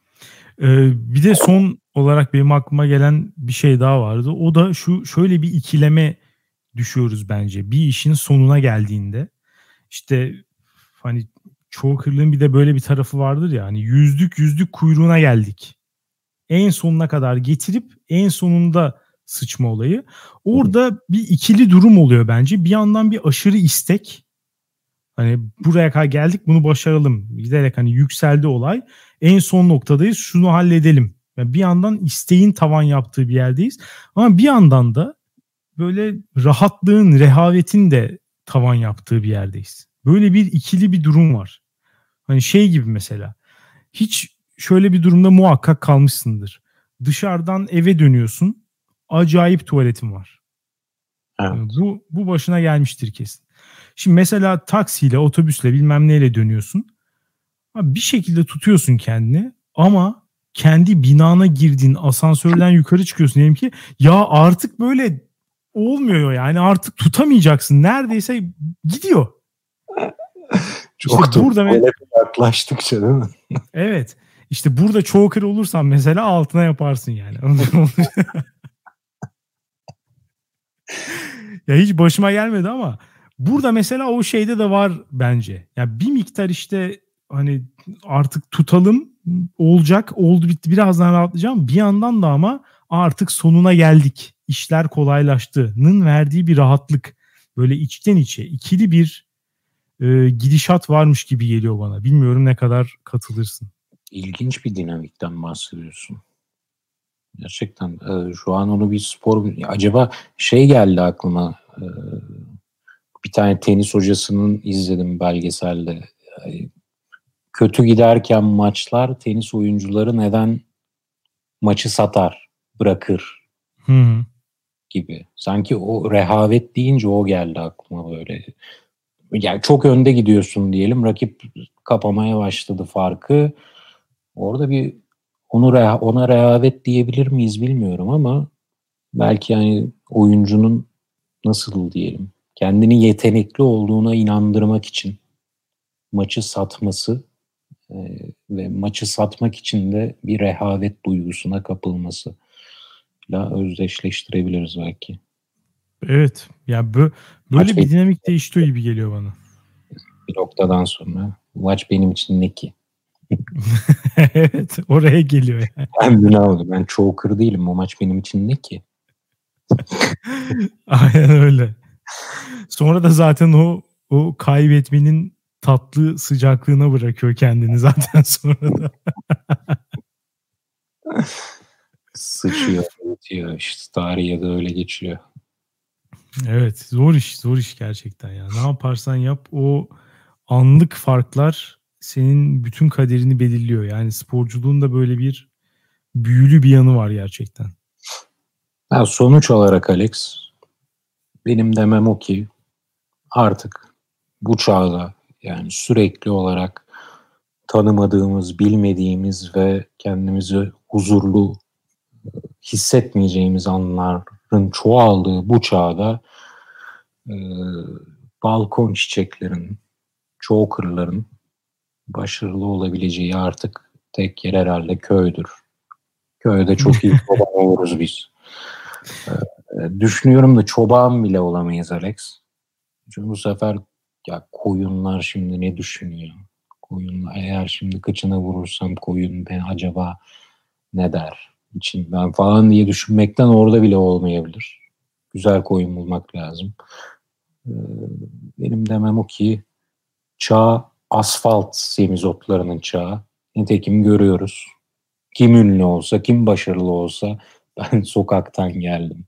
Ee, bir de son olarak benim aklıma gelen bir şey daha vardı. O da şu, şöyle bir ikileme düşüyoruz bence. Bir işin sonuna geldiğinde işte hani çoğu kırlığın bir de böyle bir tarafı vardır ya, hani yüzlük yüzlük kuyruğuna geldik. En sonuna kadar getirip en sonunda sıçma olayı. Orada bir ikili durum oluyor bence. Bir yandan bir aşırı istek. Hani buraya kadar geldik, bunu başaralım. Giderek hani yükseldi olay. En son noktadayız, şunu halledelim. Yani bir yandan isteğin tavan yaptığı bir yerdeyiz. Ama bir yandan da böyle rahatlığın, rehavetin de tavan yaptığı bir yerdeyiz. Böyle bir ikili bir durum var. Hani şey gibi mesela. Hiç şöyle bir durumda muhakkak kalmışsındır. Dışarıdan eve dönüyorsun. Acayip tuvaletin var. Evet. Yani bu, bu başına gelmiştir kesin. Şimdi mesela taksiyle, otobüsle, bilmem neyle dönüyorsun. Bir şekilde tutuyorsun kendini ama kendi binana girdiğin asansörden yukarı çıkıyorsun diyelim ki, ya artık böyle olmuyor yani, artık tutamayacaksın. Neredeyse gidiyor. Çok İşte da burada me- böyle yaklaştıkça değil mi? evet. İşte burada choker olursan mesela altına yaparsın yani. Ya hiç başıma gelmedi ama burada mesela o şeyde de var bence. Ya bir miktar işte hani artık tutalım, olacak, oldu bitti, birazdan rahatlayacağım. Bir yandan da ama artık sonuna geldik, İşler kolaylaştığının verdiği bir rahatlık. Böyle içten içe ikili bir e, gidişat varmış gibi geliyor bana. Bilmiyorum ne kadar katılırsın. İlginç bir dinamikten bahsediyorsun. Gerçekten e, şu an onu bir spor... Acaba şey geldi aklıma. e, bir tane tenis hocasının izledim belgeselde. E, kötü giderken maçlar tenis oyuncuları neden maçı satar, bırakır Hı hı. gibi. Sanki o rehavet deyince o geldi aklıma böyle. Yani çok önde gidiyorsun diyelim. Rakip kapamaya başladı farkı. Orada bir onu reha, ona rehavet diyebilir miyiz bilmiyorum ama belki yani oyuncunun nasıl diyelim kendini yetenekli olduğuna inandırmak için maçı satması e, ve maçı satmak için de bir rehavet duygusuna kapılması ile özdeşleştirebiliriz belki. Evet. Ya bö- Maç böyle bir benim, dinamik değişiyor gibi geliyor bana. bir noktadan sonra maç benim için ne ki? Evet, oraya geliyor yani. Kendini aldı. Ben choker değilim. O maç benim için ne ki? Aynen öyle. Sonra da zaten o o kaybetmenin tatlı sıcaklığına bırakıyor kendini zaten sonra da. Sıçıyor, bitiyor. İşte tarihe de öyle geçiyor. Evet, zor iş, zor iş gerçekten ya. Ne yaparsan yap o anlık farklar senin bütün kaderini belirliyor. Yani sporculuğun da böyle bir büyülü bir yanı var gerçekten. Ya sonuç olarak Alex, benim demem o ki artık bu çağda yani sürekli olarak tanımadığımız, bilmediğimiz ve kendimizi huzurlu hissetmeyeceğimiz anların çoğaldığı bu çağda e, balkon çiçeklerin, chokerların başarılı olabileceği artık tek yer herhalde köydür. Köyde çok iyi çoban oluruz biz. Ee, düşünüyorum da çoban bile olamayız Alex. Çünkü bu sefer ya koyunlar şimdi ne düşünüyor? Koyunlar eğer şimdi kıçına vurursam koyun ben acaba ne der içinden falan diye düşünmekten orada bile olmayabilir. Güzel koyun bulmak lazım. Ee, benim demem o ki çağ asfalt semizotlarının çağı. Nitekim görüyoruz. Kim ünlü olsa, kim başarılı olsa ben sokaktan geldim.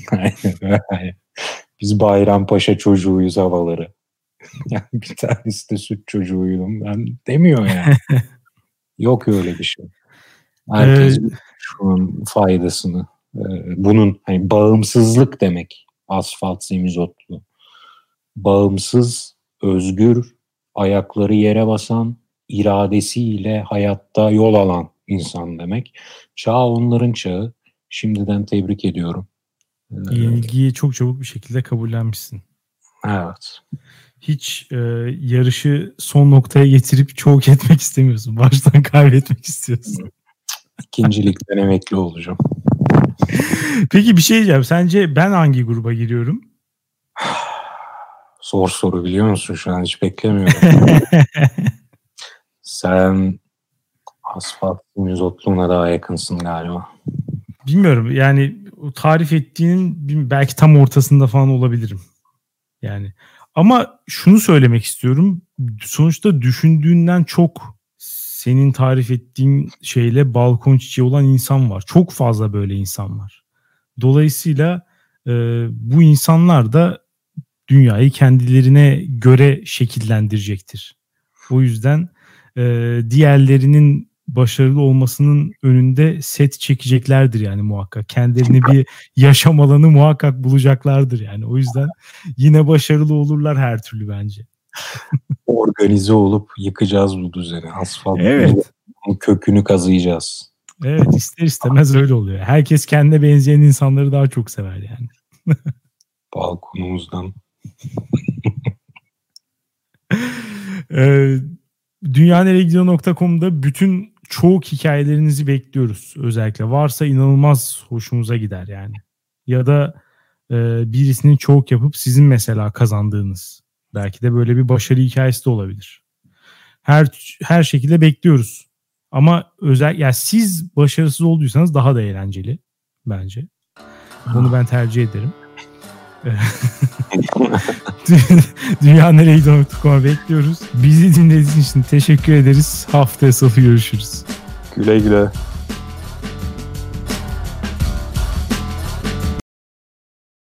Biz Bayrampaşa çocuğuyuz havaları. Yani bir tanesi de süt çocuğuydum ben demiyor yani. Yok öyle bir şey. Herkes Ee, şunun faydasını. e, Bunun hani bağımsızlık demek. Asfalt semizotlu. Bağımsız, özgür, ayakları yere basan, iradesiyle hayatta yol alan insan demek. Çağ onların çağı. Şimdiden tebrik ediyorum. Ee, yenilgiyi çok çabuk bir şekilde kabullenmişsin. evet. Hiç e, yarışı son noktaya getirip çoğuk etmek istemiyorsun. Baştan kaybetmek istiyorsun. İkincilikten emekli olacağım. Peki bir şey diyeceğim. Sence ben hangi gruba giriyorum? Zor soru biliyor musun? Şu an hiç beklemiyorum. Sen asfalt mizotluğuna daha yakınsın galiba. Bilmiyorum. Yani o tarif ettiğinin belki tam ortasında falan olabilirim. Yani ama şunu söylemek istiyorum. Sonuçta düşündüğünden çok senin tarif ettiğin şeyle balkon çiçeği olan insan var. Çok fazla böyle insan var. Dolayısıyla e, bu insanlar da dünyayı kendilerine göre şekillendirecektir. O yüzden e, diğerlerinin başarılı olmasının önünde set çekeceklerdir yani muhakkak. Kendilerine bir yaşam alanı muhakkak bulacaklardır yani. O yüzden yine başarılı olurlar her türlü bence. Organize olup yıkacağız bu düzeni. Asfalt Evet. kökünü kazıyacağız. Evet, ister istemez öyle oluyor. Herkes kendine benzeyen insanları daha çok sever yani. Balkonumuzdan. Ee, dünya nereye gidiyor nokta com'da bütün çoğu hikayelerinizi bekliyoruz. Özellikle varsa inanılmaz hoşumuza gider yani. Ya da e, birisinin çoğuk yapıp sizin mesela kazandığınız, belki de böyle bir başarı hikayesi de olabilir. Her her şekilde bekliyoruz. Ama özel, yani siz başarısız olduysanız daha da eğlenceli bence. Bunu ben tercih ederim. dünya nereye gidiyor nokta com'a bekliyoruz. Bizi dinlediğiniz için teşekkür ederiz. Haftaya salı görüşürüz. Güle güle.